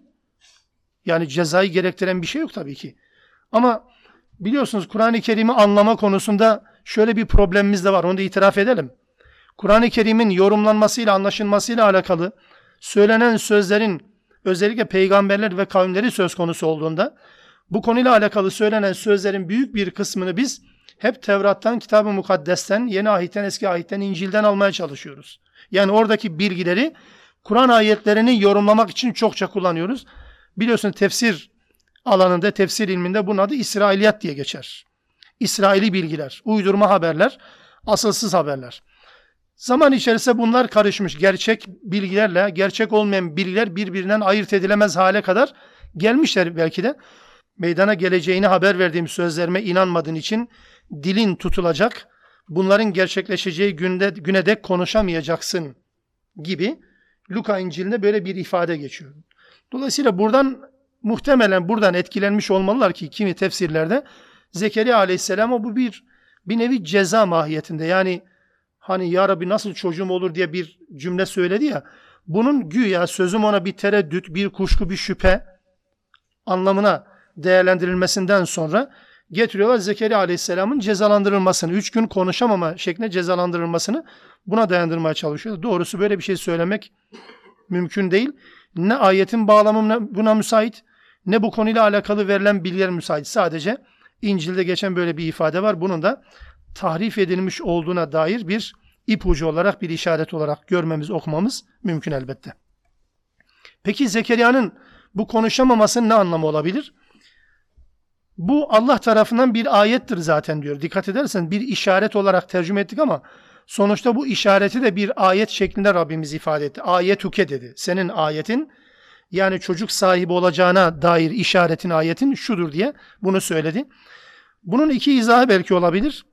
Yani cezayı gerektiren bir şey yok tabii ki. Ama biliyorsunuz Kur'an-ı Kerim'i anlama konusunda şöyle bir problemimiz de var. Onu da itiraf edelim. Kur'an-ı Kerim'in yorumlanmasıyla, anlaşılmasıyla alakalı söylenen sözlerin, özellikle peygamberler ve kavimleri söz konusu olduğunda, bu konuyla alakalı söylenen sözlerin büyük bir kısmını biz hep Tevrat'tan, Kitab-ı Mukaddes'ten, Yeni Ahit'ten, Eski Ahit'ten, İncil'den almaya çalışıyoruz. Yani oradaki bilgileri Kur'an ayetlerini yorumlamak için çokça kullanıyoruz. Biliyorsunuz tefsir alanında, tefsir ilminde bunun adı İsrailiyat diye geçer. İsraili bilgiler, uydurma haberler, asılsız haberler. Zaman içerisinde bunlar karışmış. Gerçek bilgilerle gerçek olmayan bilgiler birbirinden ayırt edilemez hale kadar gelmişler belki de. Meydana geleceğini haber verdiğim sözlerime inanmadığın için dilin tutulacak, bunların gerçekleşeceği günde, güne dek konuşamayacaksın gibi Luka İncil'inde böyle bir ifade geçiyor. Dolayısıyla buradan, muhtemelen buradan etkilenmiş olmalılar ki kimi tefsirlerde Zekeriya Aleyhisselam'a bu bir bir nevi ceza mahiyetinde. Yani hani ya Rabbi nasıl çocuğum olur diye bir cümle söyledi ya, bunun güya sözüm ona bir tereddüt, bir kuşku, bir şüphe anlamına değerlendirilmesinden sonra getiriyorlar Zekeriya Aleyhisselam'ın cezalandırılmasını, üç gün konuşamama şeklinde cezalandırılmasını buna dayandırmaya çalışıyor. Doğrusu böyle bir şey söylemek mümkün değil. Ne ayetin bağlamı buna müsait, ne bu konuyla alakalı verilen bilgiler müsait. Sadece İncil'de geçen böyle bir ifade var. Bunun da tahrif edilmiş olduğuna dair bir ipucu olarak, bir işaret olarak görmemiz, okumamız mümkün elbette. Peki Zekeriya'nın bu konuşamamasının ne anlamı olabilir? Bu Allah tarafından bir ayettir zaten diyor. Dikkat edersen bir işaret olarak tercüme ettik ama sonuçta bu işareti de bir ayet şeklinde Rabbimiz ifade etti. Ayetuke dedi. Senin ayetin, yani çocuk sahibi olacağına dair işaretin, ayetin şudur diye bunu söyledi. Bunun iki izahı belki olabilir.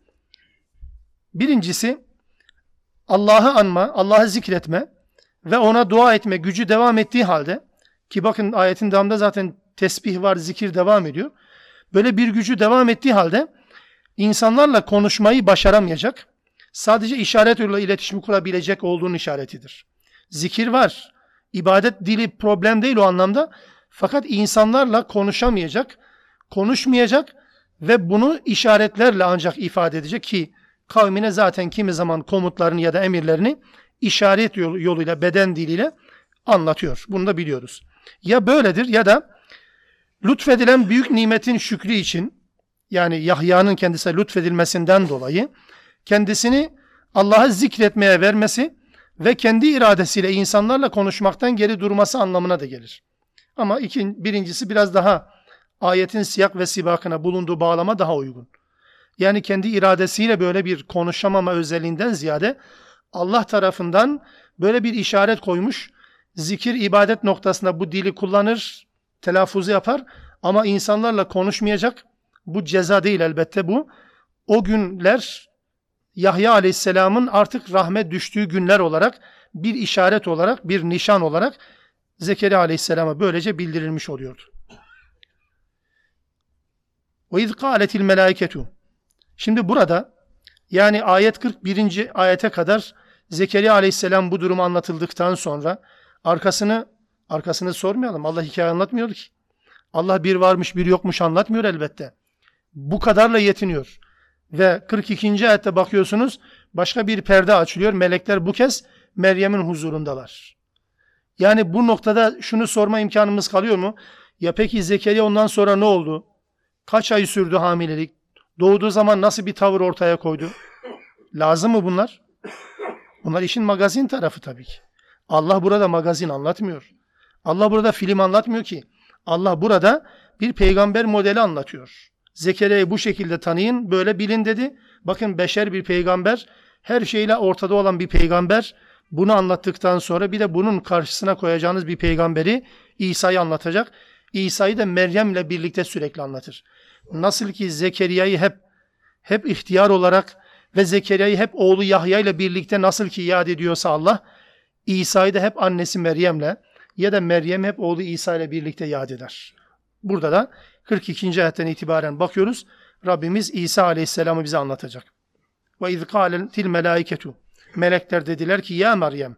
Birincisi, Allah'ı anma, Allah'ı zikretme ve ona dua etme gücü devam ettiği halde, ki bakın ayetin devamında zaten tesbih var, zikir devam ediyor. Böyle bir gücü devam ettiği halde insanlarla konuşmayı başaramayacak. Sadece işaret yoluyla iletişim kurabilecek olduğunun işaretidir. Zikir var. İbadet dili problem değil o anlamda. Fakat insanlarla konuşamayacak, konuşmayacak ve bunu işaretlerle ancak ifade edecek ki kavmine zaten kimi zaman komutlarını ya da emirlerini işaret yoluyla, beden diliyle anlatıyor. Bunu da biliyoruz. Ya böyledir ya da lütfedilen büyük nimetin şükrü için, yani Yahya'nın kendisine lütfedilmesinden dolayı kendisini Allah'a zikretmeye vermesi ve kendi iradesiyle insanlarla konuşmaktan geri durması anlamına da gelir. Ama ikin, birincisi biraz daha ayetin siyak ve sibakına bulunduğu bağlama daha uygun. Yani kendi iradesiyle böyle bir konuşamama özelliğinden ziyade Allah tarafından böyle bir işaret koymuş, zikir, ibadet noktasında bu dili kullanır, telaffuzu yapar ama insanlarla konuşmayacak. Bu ceza değil elbette bu. O günler Yahya Aleyhisselam'ın artık rahmet düştüğü günler olarak, bir işaret olarak, bir nişan olarak Zekeriya Aleyhisselam'a böylece bildirilmiş oluyordu. وَاِذْ قَالَتِ الْمَلَائِكَةُ Şimdi burada, yani ayet kırk birinci ayete kadar Zekeriya Aleyhisselam bu durumu anlatıldıktan sonra arkasını arkasını sormayalım. Allah hikaye anlatmıyordu ki. Allah bir varmış bir yokmuş anlatmıyor elbette. Bu kadarla yetiniyor. Ve kırk ikinci ayette bakıyorsunuz başka bir perde açılıyor. Melekler bu kez Meryem'in huzurundalar. Yani bu noktada şunu sorma imkanımız kalıyor mu? Ya peki Zekeriya ondan sonra ne oldu? Kaç ay sürdü hamilelik? Doğduğu zaman nasıl bir tavır ortaya koydu? Lazım mı bunlar? Bunlar işin magazin tarafı tabii ki. Allah burada magazin anlatmıyor. Allah burada film anlatmıyor ki. Allah burada bir peygamber modeli anlatıyor. Zekeriya'yı bu şekilde tanıyın, böyle bilin dedi. Bakın beşer bir peygamber, her şeyle ortada olan bir peygamber. Bunu anlattıktan sonra bir de bunun karşısına koyacağınız bir peygamberi İsa'yı anlatacak. İsa'yı da Meryem'le birlikte sürekli anlatır. Nasıl ki Zekeriya'yı hep hep ihtiyar olarak ve Zekeriya'yı hep oğlu Yahya ile birlikte nasıl ki yad ediyorsa Allah, İsa'yı da hep annesi Meryem'le ya da Meryem hep oğlu İsa ile birlikte yad eder. Burada da kırk ikinci ayetten itibaren bakıyoruz. Rabbimiz İsa Aleyhisselam'ı bize anlatacak. Ve iz kâletil melâiketu. Melekler dediler ki ya Meryem,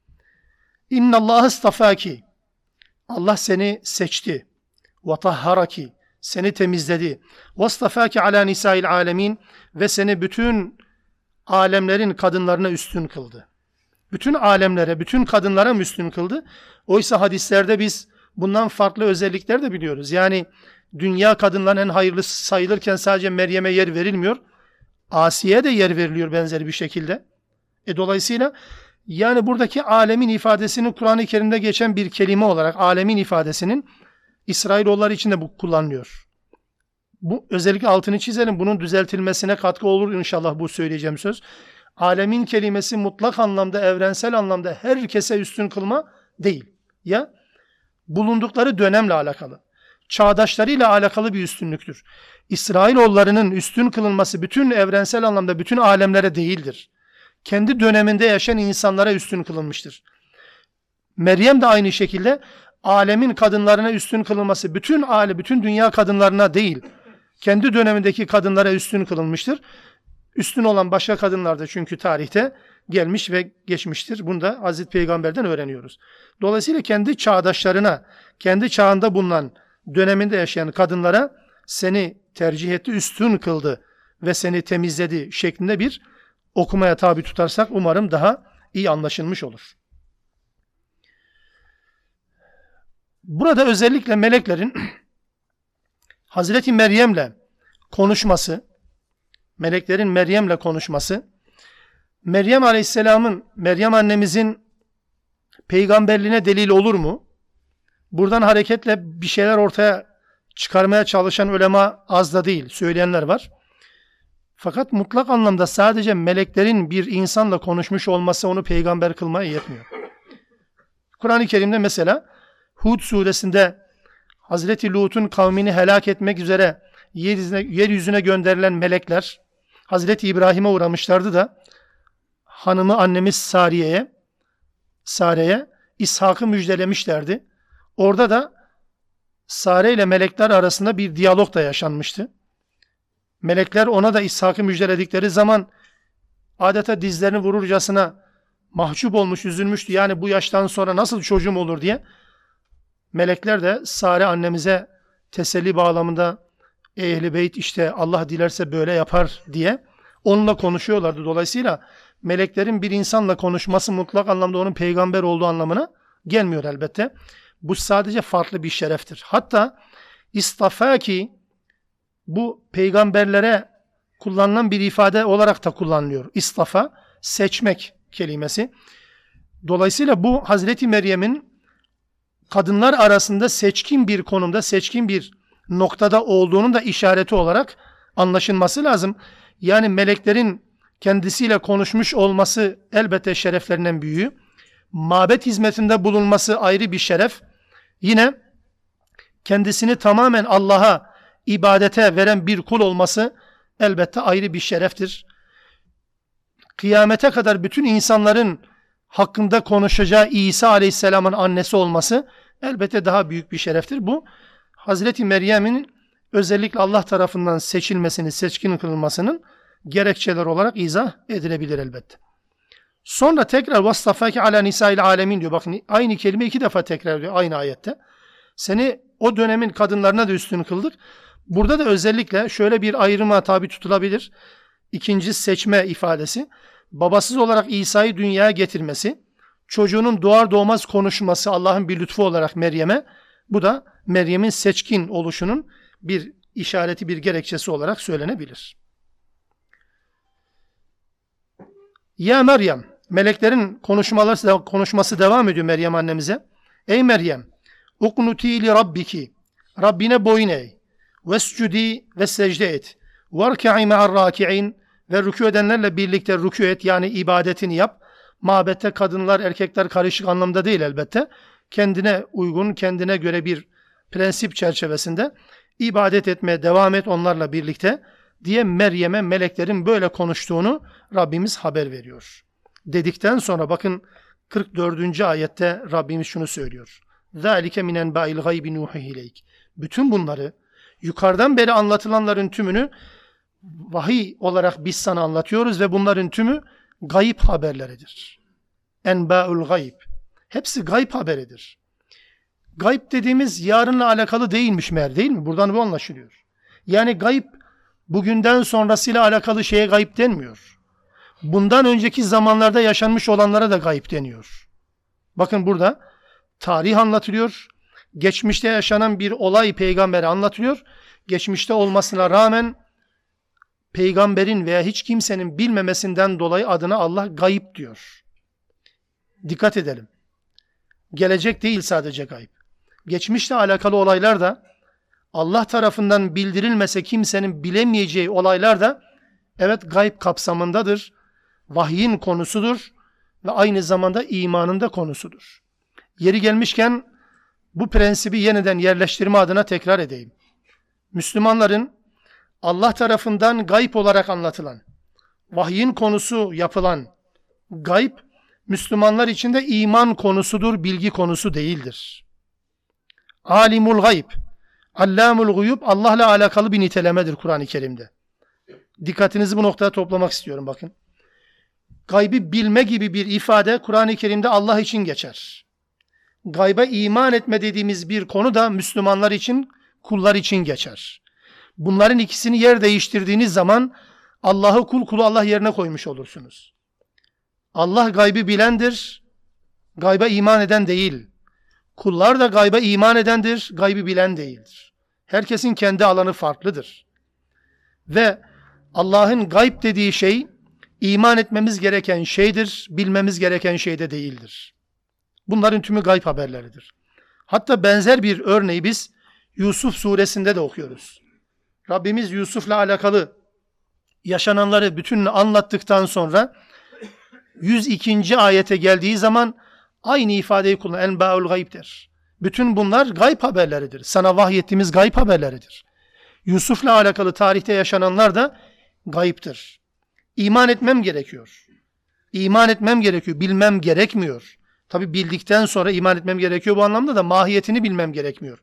İnnallâhe istafâki. Allah seni seçti. Ve tahharaki. Seni temizledi. Ve istafâki alâ nisâil âlemîn. Ve seni bütün alemlerin kadınlarına üstün kıldı. Bütün alemlere, bütün kadınlara mı üstün kıldı? Oysa hadislerde biz bundan farklı özellikler de biliyoruz. Yani dünya kadınların en hayırlısı sayılırken sadece Meryem'e yer verilmiyor. Asiye'ye de yer veriliyor benzeri bir şekilde. E dolayısıyla yani buradaki alemin ifadesinin Kur'an-ı Kerim'de geçen bir kelime olarak alemin ifadesinin İsrailoğulları için de bu kullanılıyor. Bu özellikle altını çizelim. Bunun düzeltilmesine katkı olur inşallah bu söyleyeceğim söz. Alemin kelimesi mutlak anlamda, evrensel anlamda herkese üstün kılma değil. Ya bulundukları dönemle alakalı, çağdaşlarıyla alakalı bir üstünlüktür. İsrailoğullarının üstün kılınması bütün evrensel anlamda bütün alemlere değildir. Kendi döneminde yaşayan insanlara üstün kılınmıştır. Meryem de aynı şekilde alemin kadınlarına üstün kılınması bütün aile, bütün dünya kadınlarına değil, kendi dönemindeki kadınlara üstün kılınmıştır. Üstün olan başka kadınlar da çünkü tarihte gelmiş ve geçmiştir. Bunu da Hazreti Peygamber'den öğreniyoruz. Dolayısıyla kendi çağdaşlarına, kendi çağında bulunan, döneminde yaşayan kadınlara seni tercih etti, üstün kıldı ve seni temizledi şeklinde bir okumaya tabi tutarsak umarım daha iyi anlaşılmış olur. Burada özellikle meleklerin Hazreti Meryem'le konuşması, meleklerin Meryem'le konuşması, Meryem Aleyhisselam'ın, Meryem annemizin peygamberliğine delil olur mu? Buradan hareketle bir şeyler ortaya çıkarmaya çalışan ulema az da değil, söyleyenler var. Fakat mutlak anlamda sadece meleklerin bir insanla konuşmuş olması onu peygamber kılmaya yetmiyor. Kur'an-ı Kerim'de mesela Hud suresinde Hazreti Lut'un kavmini helak etmek üzere yeryüzüne, yeryüzüne gönderilen melekler Hazreti İbrahim'e uğramışlardı da hanımı annemiz Sare ile melekler arasında bir diyalog da yaşanmıştı. Melekler ona da İshak'ı müjdeledikleri zaman adeta dizlerini vururcasına mahcup olmuş, üzülmüştü. Yani bu yaştan sonra nasıl çocuğum olur diye. Melekler de Sare annemize teselli bağlamında Ehl-i Beyt işte Allah dilerse böyle yapar diye onunla konuşuyorlardı. Dolayısıyla meleklerin bir insanla konuşması mutlak anlamda onun peygamber olduğu anlamına gelmiyor elbette. Bu sadece farklı bir şereftir. Hatta istafaki bu peygamberlere kullanılan bir ifade olarak da kullanılıyor. İstafa, seçmek kelimesi. Dolayısıyla bu Hazreti Meryem'in kadınlar arasında seçkin bir konumda, seçkin bir noktada olduğunun da işareti olarak anlaşılması lazım. Yani meleklerin kendisiyle konuşmuş olması elbette şereflerinden büyüğü. Mabet hizmetinde bulunması ayrı bir şeref. Yine kendisini tamamen Allah'a, ibadete veren bir kul olması elbette ayrı bir şereftir. Kıyamete kadar bütün insanların hakkında konuşacağı İsa Aleyhisselam'ın annesi olması elbette daha büyük bir şereftir. Bu Hazreti Meryem'in özellikle Allah tarafından seçilmesini, seçkin kılınmasının gerekçeler olarak izah edilebilir elbette. Sonra tekrar vastafaki ala nisa'il alemin diyor. Bakın aynı kelime iki defa tekrar ediyor aynı ayette. Seni o dönemin kadınlarına da üstün kıldık. Burada da özellikle şöyle bir ayrıma tabi tutulabilir. İkinci seçme ifadesi. Babasız olarak İsa'yı dünyaya getirmesi, çocuğunun doğar doğmaz konuşması Allah'ın bir lütfu olarak Meryem'e, bu da Meryem'in seçkin oluşunun bir işareti, bir gerekçesi olarak söylenebilir. Ya Meryem, meleklerin konuşmaları, konuşması devam ediyor Meryem annemize. Ey Meryem, uknuti li rabbiki, Rabbine boyun eğ, vescudi ve secde et, varki'i me'ar raki'in ve rükû edenlerle birlikte rükû et, yani ibadetini yap. Mabette kadınlar, erkekler karışık anlamda değil elbette. Kendine uygun, kendine göre bir prensip çerçevesinde ibadet etmeye devam et onlarla birlikte diye Meryem'e meleklerin böyle konuştuğunu Rabbimiz haber veriyor. Dedikten sonra bakın kırk dördüncü ayette Rabbimiz şunu söylüyor. ذَٰلِكَ مِنْ اَنْبَاءِ الْغَيْبِ نُوحِهِ اِلَيْكِ. Bütün bunları, yukarıdan beri anlatılanların tümünü vahiy olarak biz sana anlatıyoruz ve bunların tümü gayb haberleridir. Enbâ'ul gayb. Hepsi gayb haberidir. Gayb dediğimiz yarınla alakalı değilmiş meğer, değil mi? Buradan bu anlaşılıyor. Yani gayb bugünden sonrasıyla alakalı şeye gayb denmiyor. Bundan önceki zamanlarda yaşanmış olanlara da gayb deniyor. Bakın burada tarih anlatılıyor. Geçmişte yaşanan bir olay peygambere anlatılıyor. Geçmişte olmasına rağmen peygamberin veya hiç kimsenin bilmemesinden dolayı adına Allah gayb diyor. Dikkat edelim. Gelecek değil sadece gayb. Geçmişle alakalı olaylar da Allah tarafından bildirilmese kimsenin bilemeyeceği olaylar da evet gayb kapsamındadır. Vahyin konusudur ve aynı zamanda imanın da konusudur. Yeri gelmişken bu prensibi yeniden yerleştirme adına tekrar edeyim. Müslümanların Allah tarafından gayb olarak anlatılan, vahyin konusu yapılan gayb, Müslümanlar için de iman konusudur, bilgi konusu değildir. Alimul gayb, allamul guyub, Allah'la alakalı bir nitelemedir Kur'an-ı Kerim'de. Dikkatinizi bu noktaya toplamak istiyorum bakın. Gaybi bilme gibi bir ifade Kur'an-ı Kerim'de Allah için geçer. Gayba iman etme dediğimiz bir konu da Müslümanlar için, kullar için geçer. Bunların ikisini yer değiştirdiğiniz zaman Allah'ı kul, kulu Allah yerine koymuş olursunuz. Allah gaybı bilendir, gayba iman eden değil. Kullar da gayba iman edendir, gaybı bilen değildir. Herkesin kendi alanı farklıdır. Ve Allah'ın gayb dediği şey, iman etmemiz gereken şeydir, bilmemiz gereken şey de değildir. Bunların tümü gayb haberleridir. Hatta benzer bir örneği biz Yusuf suresinde de okuyoruz. Rabbimiz Yusuf'la alakalı yaşananları bütününü anlattıktan sonra yüz ikinci ayete geldiği zaman aynı ifadeyi kullanır. Enbâ'ul gayb der. Bütün bunlar gayb haberleridir. Sana vahyettiğimiz gayb haberleridir. Yusuf'la alakalı tarihte yaşananlar da gayiptir. İman etmem gerekiyor. İman etmem gerekiyor. Bilmem gerekmiyor. Tabi bildikten sonra iman etmem gerekiyor bu anlamda da mahiyetini bilmem gerekmiyor.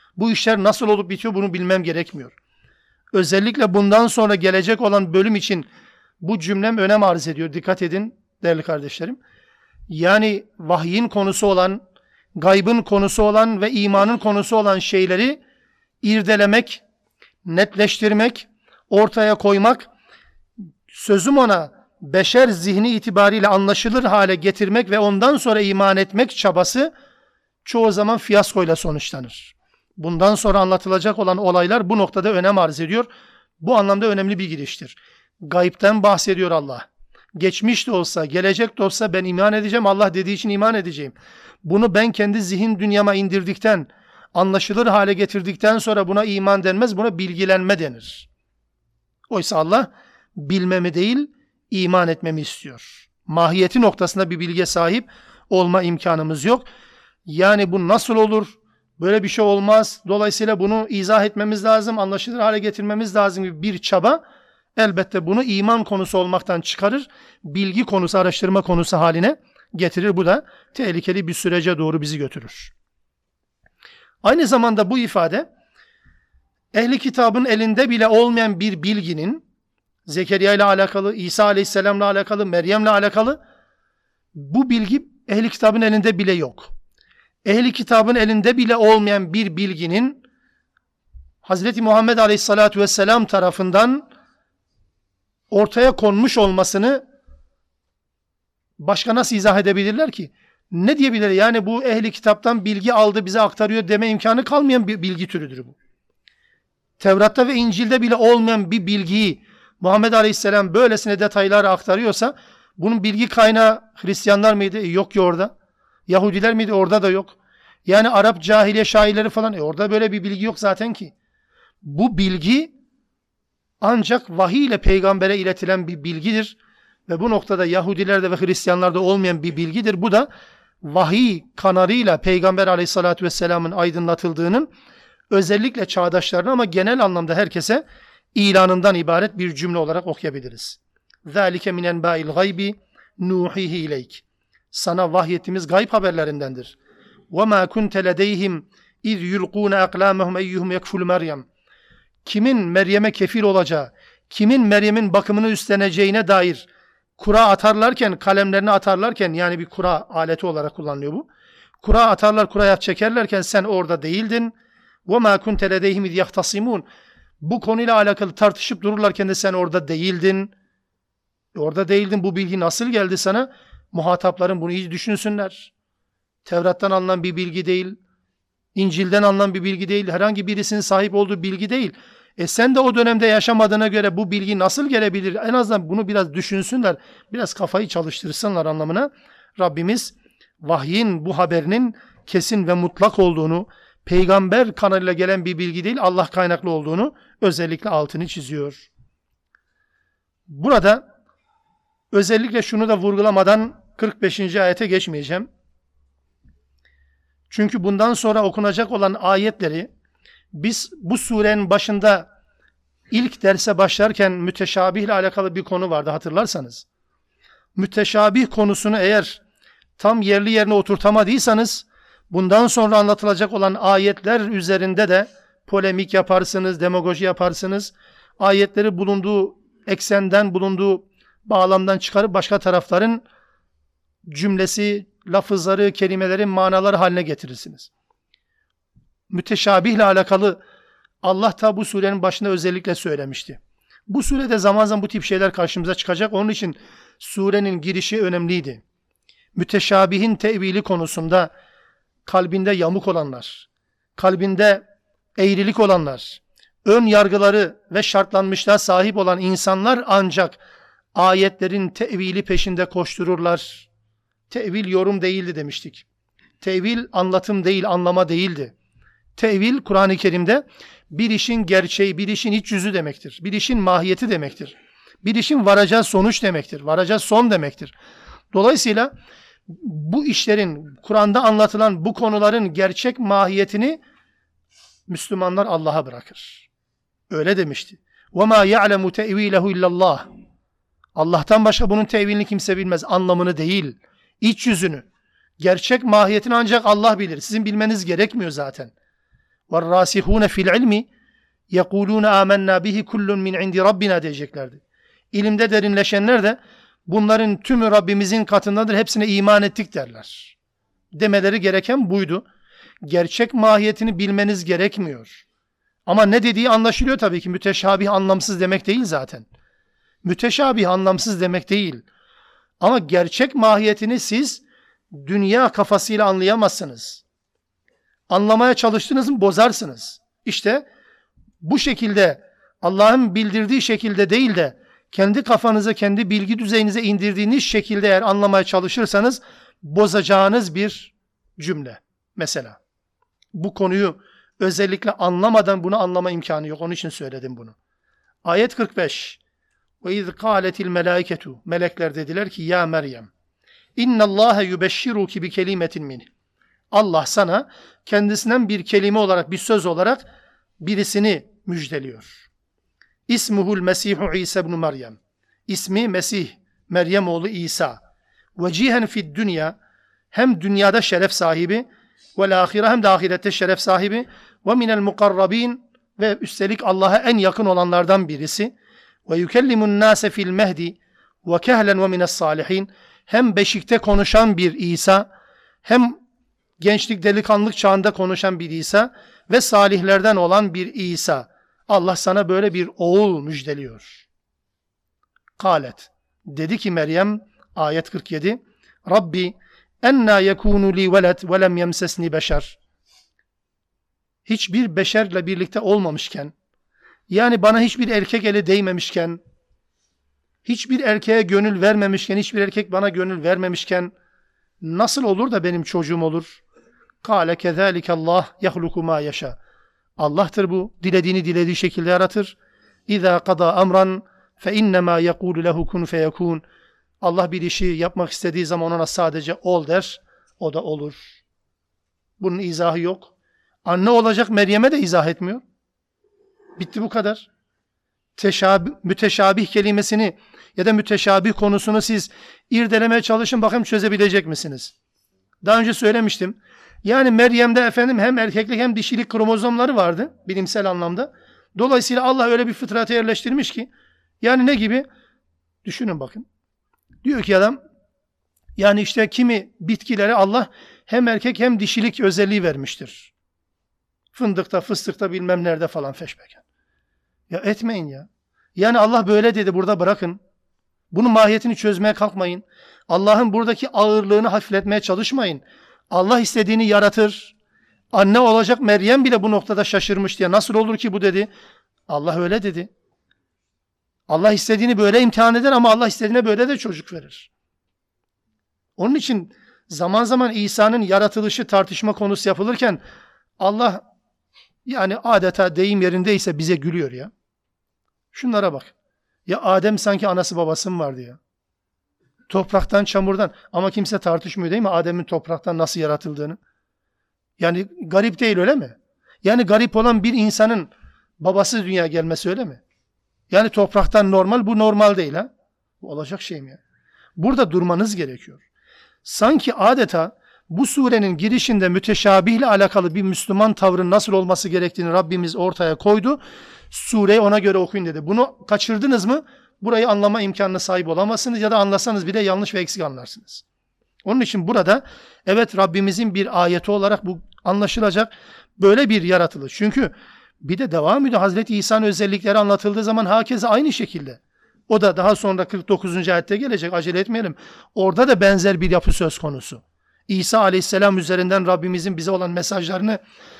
Bu işler nasıl olup bitiyor bunu bilmem gerekmiyor. Özellikle bundan sonra gelecek olan bölüm için bu cümlem önem arz ediyor. Dikkat edin değerli kardeşlerim. Yani vahyin konusu olan, gaybın konusu olan ve imanın konusu olan şeyleri irdelemek, netleştirmek, ortaya koymak, sözüm ona beşer zihni itibariyle anlaşılır hale getirmek ve ondan sonra iman etmek çabası çoğu zaman fiyaskoyla sonuçlanır. Bundan sonra anlatılacak olan olaylar bu noktada önem arz ediyor. Bu anlamda önemli bir giriştir. Gaybten bahsediyor Allah. Geçmiş de olsa, gelecek de olsa ben iman edeceğim. Allah dediği için iman edeceğim. Bunu ben kendi zihin dünyama indirdikten, anlaşılır hale getirdikten sonra buna iman denmez, buna bilgilenme denir. Oysa Allah bilmemi değil, iman etmemi istiyor. Mahiyeti noktasında bir bilgiye sahip olma imkanımız yok. Yani bu nasıl olur? Böyle bir şey olmaz. Dolayısıyla bunu izah etmemiz lazım, anlaşılır hale getirmemiz lazım gibi bir çaba elbette bunu iman konusu olmaktan çıkarır, bilgi konusu, araştırma konusu haline getirir. Bu da tehlikeli bir sürece doğru bizi götürür. Aynı zamanda bu ifade ehli kitabın elinde bile olmayan bir bilginin Zekeriya ile alakalı, İsa aleyhisselamla alakalı, Meryem'le alakalı bu bilgi ehli kitabın elinde bile yok. Ehli kitabın elinde bile olmayan bir bilginin Hazreti Muhammed aleyhissalatu vesselam tarafından ortaya konmuş olmasını başka nasıl izah edebilirler ki? Ne diyebilirler? Yani bu ehli kitaptan bilgi aldı bize aktarıyor deme imkanı kalmayan bir bilgi türüdür bu. Tevrat'ta ve İncil'de bile olmayan bir bilgiyi Muhammed Aleyhisselam böylesine detaylara aktarıyorsa bunun bilgi kaynağı Hristiyanlar mıydı? E, yok ki orada. Yahudiler miydi? Orada da yok. Yani Arap cahiliye şairleri falan e, orada böyle bir bilgi yok zaten ki. Bu bilgi ancak vahiy ile peygambere iletilen bir bilgidir. Ve bu noktada Yahudilerde ve Hristiyanlarda olmayan bir bilgidir. Bu da vahiy kanalıyla Peygamber Aleyhisselatü Vesselam'ın aydınlatıldığının özellikle çağdaşlarına ama genel anlamda herkese ilanından ibaret bir cümle olarak okuyabiliriz. ذَٰلِكَ مِنْ اَنْبَاءِ الْغَيْبِ نُوحِهِ اِلَيْكِ Sana vahyettiğimiz gayb haberlerindendir. وَمَا كُنْتَ لَدَيْهِمْ اِذْ يُلْقُونَ اَقْلَامَهُمْ اَيُّهُمْ يَكْفُلُ مَرْيَمْ Kimin Meryem'e kefil olacağı, kimin Meryem'in bakımını üstleneceğine dair kura atarlarken, kalemlerini atarlarken, yani bir kura aleti olarak kullanılıyor bu. Kura atarlar, kuraya çekerlerken sen orada değildin. وَمَا كُنْتَ لَدَيْهِمْ اِذْ يَخْتَصِمُونَ Bu konuyla alakalı tartışıp dururlarken de sen orada değildin. Orada değildin. Bu bilgi nasıl geldi sana? Muhatapların bunu iyi düşünsünler. Tevrat'tan alınan bir bilgi değil. İncil'den alınan bir bilgi değil. Herhangi birisinin sahip olduğu bilgi değil. E sen de o dönemde yaşamadığına göre bu bilgi nasıl gelebilir? En azından bunu biraz düşünsünler. Biraz kafayı çalıştırsınlar anlamına. Rabbimiz vahyin bu haberinin kesin ve mutlak olduğunu, peygamber kanalıyla gelen bir bilgi değil, Allah kaynaklı olduğunu özellikle altını çiziyor. Burada özellikle şunu da vurgulamadan kırk beşinci ayete geçmeyeceğim. Çünkü bundan sonra okunacak olan ayetleri biz bu surenin başında ilk derse başlarken müteşabih ile alakalı bir konu vardı hatırlarsanız. Müteşabih konusunu eğer tam yerli yerine oturtamadıysanız bundan sonra anlatılacak olan ayetler üzerinde de polemik yaparsınız, demagoji yaparsınız. Ayetleri bulunduğu eksenden, bulunduğu bağlamdan çıkarıp başka tarafların cümlesi, lafızları, kelimeleri, manaları haline getirirsiniz. Müteşabihle alakalı Allah da bu surenin başında özellikle söylemişti. Bu surede zaman zaman bu tip şeyler karşımıza çıkacak. Onun için surenin girişi önemliydi. Müteşabihin tevili konusunda kalbinde yamuk olanlar, kalbinde eğrilik olanlar, ön yargıları ve şartlanmışlığa sahip olan insanlar ancak ayetlerin tevili peşinde koştururlar. Tevil yorum değildi demiştik. Tevil anlatım değil, anlama değildi. Tevil Kur'an-ı Kerim'de bir işin gerçeği, bir işin iç yüzü demektir. Bir işin mahiyeti demektir. Bir işin varacağı sonuç demektir. Varacağı son demektir. Dolayısıyla bu işlerin, Kur'an'da anlatılan bu konuların gerçek mahiyetini Müslümanlar Allah'a bırakır. Öyle demişti. وَمَا يَعْلَمُ تَعْوِيلَهُ اِلَّا اللّٰهِ Allah'tan başka bunun tevilini kimse bilmez. Anlamını değil, iç yüzünü. Gerçek mahiyetini ancak Allah bilir. Sizin bilmeniz gerekmiyor zaten. وَالرَّاسِخُونَ فِي الْعِلْمِ يَقُولُونَ آمَنَّا بِهِ كُلٌّ مِنْ عِنْدِ رَبِّنَا diyeceklerdi. İlimde derinleşenler de bunların tümü Rabbimizin katındadır, hepsine iman ettik derler. Demeleri gereken buydu. Gerçek mahiyetini bilmeniz gerekmiyor. Ama ne dediği anlaşılıyor tabii ki. Müteşabih anlamsız demek değil zaten. Müteşabih anlamsız demek değil. Ama gerçek mahiyetini siz dünya kafasıyla anlayamazsınız. Anlamaya çalıştınız mı bozarsınız. İşte bu şekilde Allah'ın bildirdiği şekilde değil de kendi kafanıza, kendi bilgi düzeyinize indirdiğiniz şekilde eğer anlamaya çalışırsanız bozacağınız bir cümle. Mesela bu konuyu özellikle anlamadan bunu anlama imkanı yok. Onun için söyledim bunu. Ayet kırk beş. وَاِذْ قَالَتِ الْمَلَائِكَةُ Melekler dediler ki ya Meryem اِنَّ اللّٰهَ يُبَشِّرُكِ بِكَلِيمَةٍ مِنْهِ Allah sana kendisinden bir kelime olarak, bir söz olarak birisini müjdeliyor. İsmuhul Mesihu İsa ibn Meryem. İsmi Mesih, Meryem oğlu İsa. Vecihen fid dünya, hem dünyada şeref sahibi, vel ahire, hem de ahirette şeref sahibi, ve minel mukarrabin, ve üstelik Allah'a en yakın olanlardan birisi. Ve yükellimun nase fil mehdi ve kehlen ve mines salihin, hem beşikte konuşan bir İsa, hem gençlik delikanlık çağında konuşan bir İsa ve salihlerden olan bir İsa. Allah sana böyle bir oğul müjdeliyor. Kalet. Dedi ki Meryem, ayet kırk yedi. Rabbi enna yekunu li veled ve lem yemsesni beşer. Hiçbir beşerle birlikte olmamışken, yani bana hiçbir erkek eli değmemişken, hiçbir erkeğe gönül vermemişken, hiçbir erkek bana gönül vermemişken, nasıl olur da benim çocuğum olur? Kâle kezâlikallah yahluku mâ yeşâ. Allah'tır bu. Dilediğini dilediği şekilde yaratır. İzâ kadâ amran fe innemâ yekûlü lehu kun feyekûn. Allah bir işi yapmak istediği zaman ona sadece ol der. O da olur. Bunun izahı yok. Anne olacak Meryem'e de izah etmiyor. Bitti bu kadar. Teşabih, müteşabih kelimesini ya da müteşabih konusunu siz irdelemeye çalışın, bakayım çözebilecek misiniz? Daha önce söylemiştim. Yani Meryem'de efendim hem erkeklik hem dişilik kromozomları vardı bilimsel anlamda. Dolayısıyla Allah öyle bir fıtratı yerleştirmiş ki, yani ne gibi? Düşünün bakın. Diyor ki adam, yani işte kimi bitkilere Allah hem erkek hem dişilik özelliği vermiştir. Fındıkta, fıstıkta, bilmem nerede falan feşbeken. Ya etmeyin ya. Yani Allah böyle dedi, burada bırakın. Bunun mahiyetini çözmeye kalkmayın. Allah'ın buradaki ağırlığını hafifletmeye çalışmayın. Allah istediğini yaratır. Anne olacak Meryem bile bu noktada şaşırmış diye. Nasıl olur ki bu dedi. Allah öyle dedi. Allah istediğini böyle imtihan eder ama Allah istediğine böyle de çocuk verir. Onun için zaman zaman İsa'nın yaratılışı tartışma konusu yapılırken Allah yani adeta deyim yerindeyse bize gülüyor ya. Şunlara bak. Ya Adem sanki anası babası mı vardı ya? Topraktan, çamurdan. Ama kimse tartışmıyor değil mi Adem'in topraktan nasıl yaratıldığını? Yani garip değil öyle mi? Yani garip olan bir insanın babası dünyaya gelmesi öyle mi? Yani topraktan normal, bu normal değil ha? Bu olacak şey mi ya? Burada durmanız gerekiyor. Sanki adeta bu surenin girişinde müteşabihle alakalı bir Müslüman tavrın nasıl olması gerektiğini Rabbimiz ortaya koydu. Sureyi ona göre okuyun dedi. Bunu kaçırdınız mı burayı anlama imkanına sahip olamazsınız ya da anlasanız bile yanlış ve eksik anlarsınız. Onun için burada evet Rabbimizin bir ayeti olarak bu anlaşılacak böyle bir yaratılış. Çünkü bir de devam ediyor. Hazreti İsa'nın özellikleri anlatıldığı zaman hakeza aynı şekilde. O da daha sonra kırk dokuzuncu ayette gelecek. Acele etmeyelim. Orada da benzer bir yapı söz konusu. İsa aleyhisselam üzerinden Rabbimizin bize olan mesajlarını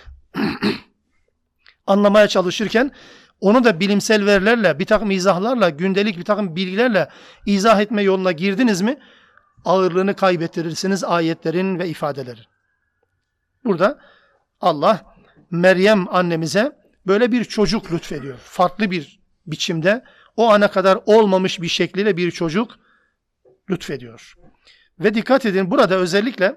anlamaya çalışırken onu da bilimsel verilerle, bir takım izahlarla, gündelik bir takım bilgilerle izah etme yoluna girdiniz mi ağırlığını kaybettirirsiniz ayetlerin ve ifadelerin. Burada Allah Meryem annemize böyle bir çocuk lütfediyor. Farklı bir biçimde o ana kadar olmamış bir şekliyle bir çocuk lütfediyor. Ve dikkat edin burada özellikle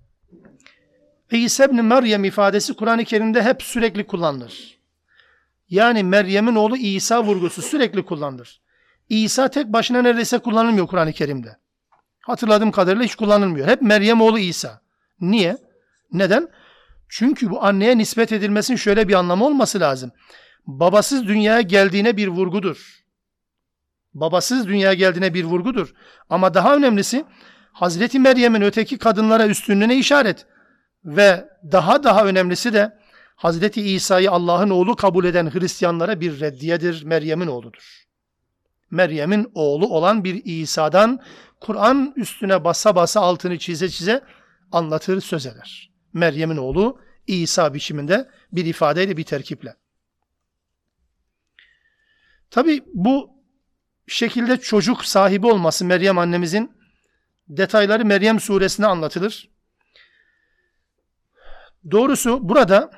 İsa ibn Meryem ifadesi Kur'an-ı Kerim'de hep sürekli kullanılır. Yani Meryem'in oğlu İsa vurgusu sürekli kullanılır. İsa tek başına neredeyse kullanılmıyor Kur'an-ı Kerim'de. Hatırladığım kadarıyla hiç kullanılmıyor. Hep Meryem oğlu İsa. Niye? Neden? Çünkü bu anneye nispet edilmesinin şöyle bir anlamı olması lazım. Babasız dünyaya geldiğine bir vurgudur. Babasız dünyaya geldiğine bir vurgudur. Ama daha önemlisi Hazreti Meryem'in öteki kadınlara üstünlüğüne işaret. Ve daha daha önemlisi de Hazreti İsa'yı Allah'ın oğlu kabul eden Hristiyanlara bir reddiyedir. Meryem'in oğludur. Meryem'in oğlu olan bir İsa'dan Kur'an üstüne basa basa altını çize çize anlatır, söz eder. Meryem'in oğlu İsa biçiminde bir ifadeyle, bir terkiple. Tabi bu şekilde çocuk sahibi olması Meryem annemizin detayları Meryem suresinde anlatılır. Doğrusu burada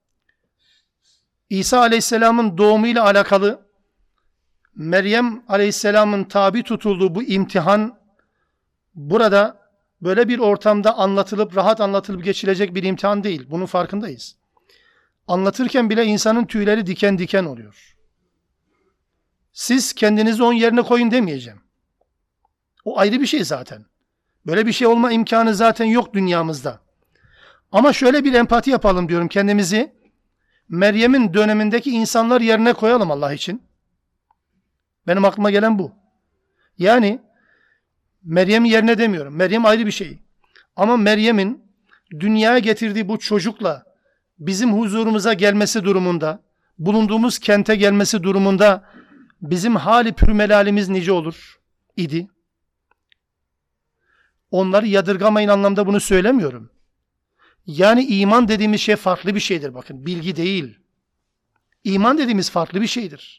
İsa aleyhisselamın doğumuyla alakalı Meryem aleyhisselamın tabi tutulduğu bu imtihan burada böyle bir ortamda anlatılıp rahat anlatılıp geçilecek bir imtihan değil. Bunun farkındayız. Anlatırken bile insanın tüyleri diken diken oluyor. Siz kendinizi onun yerine koyun demeyeceğim. O ayrı bir şey zaten. Böyle bir şey olma imkanı zaten yok dünyamızda. Ama şöyle bir empati yapalım diyorum, kendimizi Meryem'in dönemindeki insanlar yerine koyalım Allah için. Benim aklıma gelen bu. Yani Meryem'in yerine demiyorum. Meryem ayrı bir şey. Ama Meryem'in dünyaya getirdiği bu çocukla bizim huzurumuza gelmesi durumunda, bulunduğumuz kente gelmesi durumunda bizim hali pürmelalimiz nice olur idi. Onları yadırgamayın anlamda bunu söylemiyorum. Yani iman dediğimiz şey farklı bir şeydir bakın. Bilgi değil. İman dediğimiz farklı bir şeydir.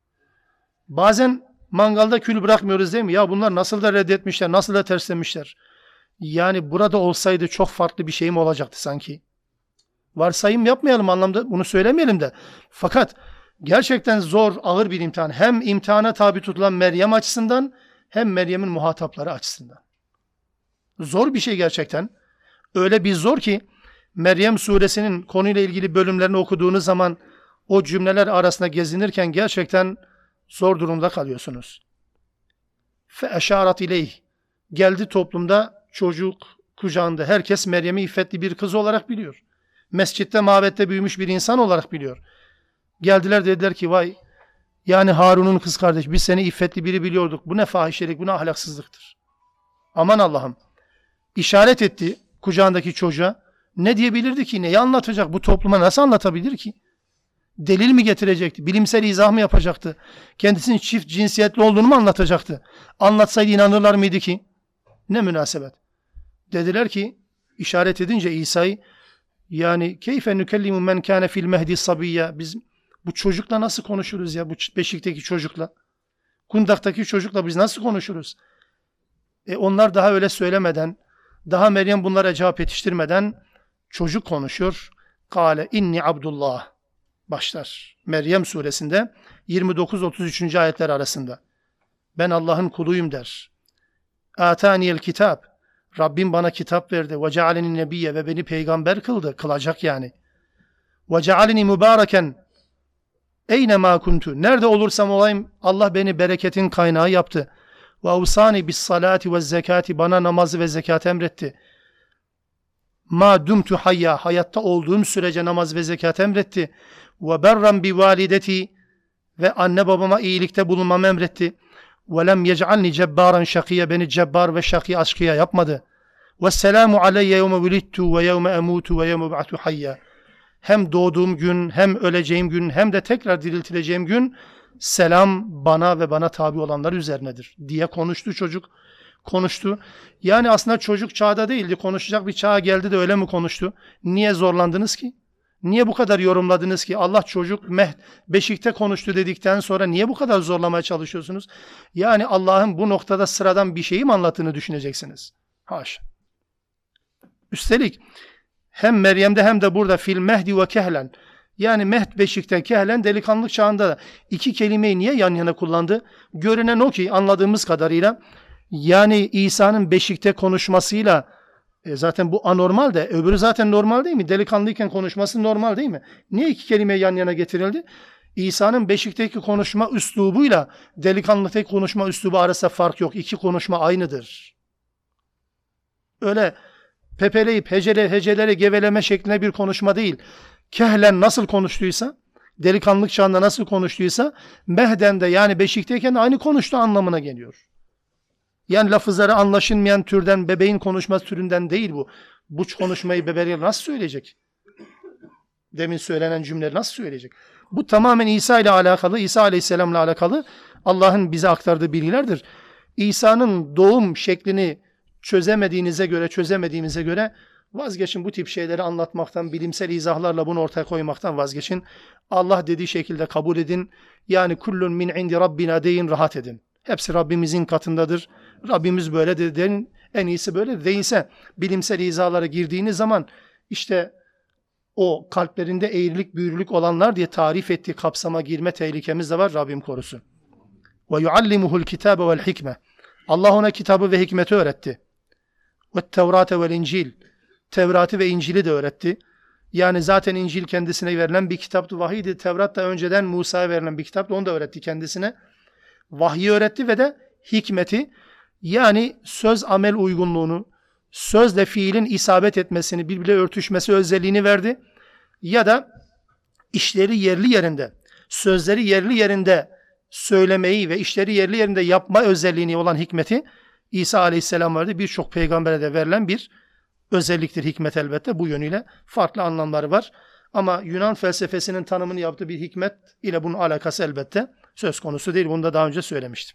Bazen mangalda kül bırakmıyoruz değil mi? Ya bunlar nasıl da reddetmişler, nasıl da terslemişler. Yani burada olsaydı çok farklı bir şey mi olacaktı sanki? Varsayım yapmayalım anlamda bunu söylemeyelim de. Fakat gerçekten zor, ağır bir imtihan. Hem imtihana tabi tutulan Meryem açısından hem Meryem'in muhatapları açısından. Zor bir şey gerçekten. Öyle bir zor ki Meryem suresinin konuyla ilgili bölümlerini okuduğunuz zaman o cümleler arasında gezinirken gerçekten zor durumda kalıyorsunuz. فَاَشَارَتْ اِلَيْهِ Geldi toplumda çocuk kucağında. Herkes Meryem'i iffetli bir kız olarak biliyor. Mescitte, mabette büyümüş bir insan olarak biliyor. Geldiler dediler ki vay yani Harun'un kız kardeşi biz seni iffetli biri biliyorduk. Bu ne fahişelik, bu ne ahlaksızlıktır. Aman Allah'ım. İşaret etti kucağındaki çocuğa. Ne diyebilirdi ki? Neyi anlatacak? Bu topluma nasıl anlatabilir ki? Delil mi getirecekti? Bilimsel izah mı yapacaktı? Kendisinin çift cinsiyetli olduğunu mu anlatacaktı? Anlatsaydı inanırlar mıydı ki? Ne münasebet. Dediler ki işaret edince İsa'yı yani keyfe nükellimu men kâne fil mehdi sabiyya biz bu çocukla nasıl konuşuruz ya? Bu beşikteki çocukla. Kundak'taki çocukla biz nasıl konuşuruz? E onlar daha öyle söylemeden, daha Meryem bunlara cevap yetiştirmeden çocuk konuşuyor. Kâle inni abdullah. Başlar. Meryem suresinde yirmi dokuz otuz üçüncü ayetler arasında. Ben Allah'ın kuluyum der. Âtâniyel kitap. Rabbim bana kitap verdi. Ve cealeni nebiyye ve beni peygamber kıldı. Kılacak yani. Ve cealeni mübareken. Eyne mâ kuntu. Nerede olursam olayım Allah beni bereketin kaynağı yaptı. Ve avsani bis salati ve zekati. Bana namazı ve zekat emretti. Ma dumtu hayya. Hayatta olduğum sürece namaz ve zekat emretti. Ve berran bi valideti. Ve anne babama iyilikte bulunmamı emretti. Ve lem yec'alni cebbaran şakiye. Beni cebbar ve şaki aşkıya yapmadı. Ve selamu aleyye yevme vulittu ve yevme emutu ve yevme ba'tu hayya. Hem doğduğum gün, hem öleceğim gün, hem de tekrar diriltileceğim gün selam bana ve bana tabi olanlar üzerinedir diye konuştu çocuk. Konuştu. Yani aslında çocuk çağda değildi. Konuşacak bir çağa geldi de öyle mi konuştu? Niye zorlandınız ki? Niye bu kadar yorumladınız ki? Allah çocuk meh, beşikte konuştu dedikten sonra niye bu kadar zorlamaya çalışıyorsunuz? Yani Allah'ın bu noktada sıradan bir şeyi mi anlattığını düşüneceksiniz? Haşa. Üstelik hem Meryem'de hem de burada fil mehdi ve kehlen. Yani mehd beşikte, kehlen delikanlık çağında da iki kelimeyi niye yan yana kullandı? Görünen o ki anladığımız kadarıyla yani İsa'nın beşikte konuşmasıyla e zaten bu anormal de öbürü zaten normal değil mi? Delikanlıyken konuşması normal değil mi? Niye iki kelime yan yana getirildi? İsa'nın beşikteki konuşma üslubuyla delikanlıktaki konuşma üslubu arasında fark yok. İki konuşma aynıdır. Öyle pepeleyip hecele, hecelere geveleme şeklinde bir konuşma değil. Kehlen nasıl konuştuysa, delikanlık çağında nasıl konuştuysa, mehden de yani beşikteyken de aynı konuştuğu anlamına geliyor. Yani lafızları anlaşılmayan türden, bebeğin konuşması türünden değil bu. Bu konuşmayı bebeğe nasıl söyleyecek? Demin söylenen cümleleri nasıl söyleyecek? Bu tamamen İsa ile alakalı, İsa Aleyhisselam'la alakalı Allah'ın bize aktardığı bilgilerdir. İsa'nın doğum şeklini çözemediğinize göre, çözemediğimize göre vazgeçin bu tip şeyleri anlatmaktan, bilimsel izahlarla bunu ortaya koymaktan vazgeçin. Allah dediği şekilde kabul edin. Yani kullun min indi rabbina deyin, rahat edin. Hepsi Rabbimizin katındadır. Rabbimiz böyle de deyin, en iyisi böyle değilse bilimsel izahlara girdiğiniz zaman işte o kalplerinde eğrilik büğrülük olanlar diye tarif ettiği kapsama girme tehlikemiz de var. Rabbim korusun. Ve yuallimuhul kitabe vel hikme. Allah ona kitabı ve hikmeti öğretti. Ve tevrate vel incil. Tevrat'ı ve İncil'i de öğretti. Yani zaten İncil kendisine verilen bir kitaptı, vahiydi. Tevrat da önceden Musa'ya verilen bir kitaptı. Onu da öğretti kendisine. Vahyi öğretti ve de hikmeti, yani söz amel uygunluğunu, sözle fiilin isabet etmesini, birbirle örtüşmesi özelliğini verdi. Ya da işleri yerli yerinde, sözleri yerli yerinde söylemeyi ve işleri yerli yerinde yapma özelliğini olan hikmeti İsa Aleyhisselam verdi. Birçok peygambere de verilen bir özelliktir hikmet elbette. Bu yönüyle farklı anlamları var. Ama Yunan felsefesinin tanımını yaptığı bir hikmet ile bunun alakası elbette söz konusu değil. Bunu da daha önce söylemiştim.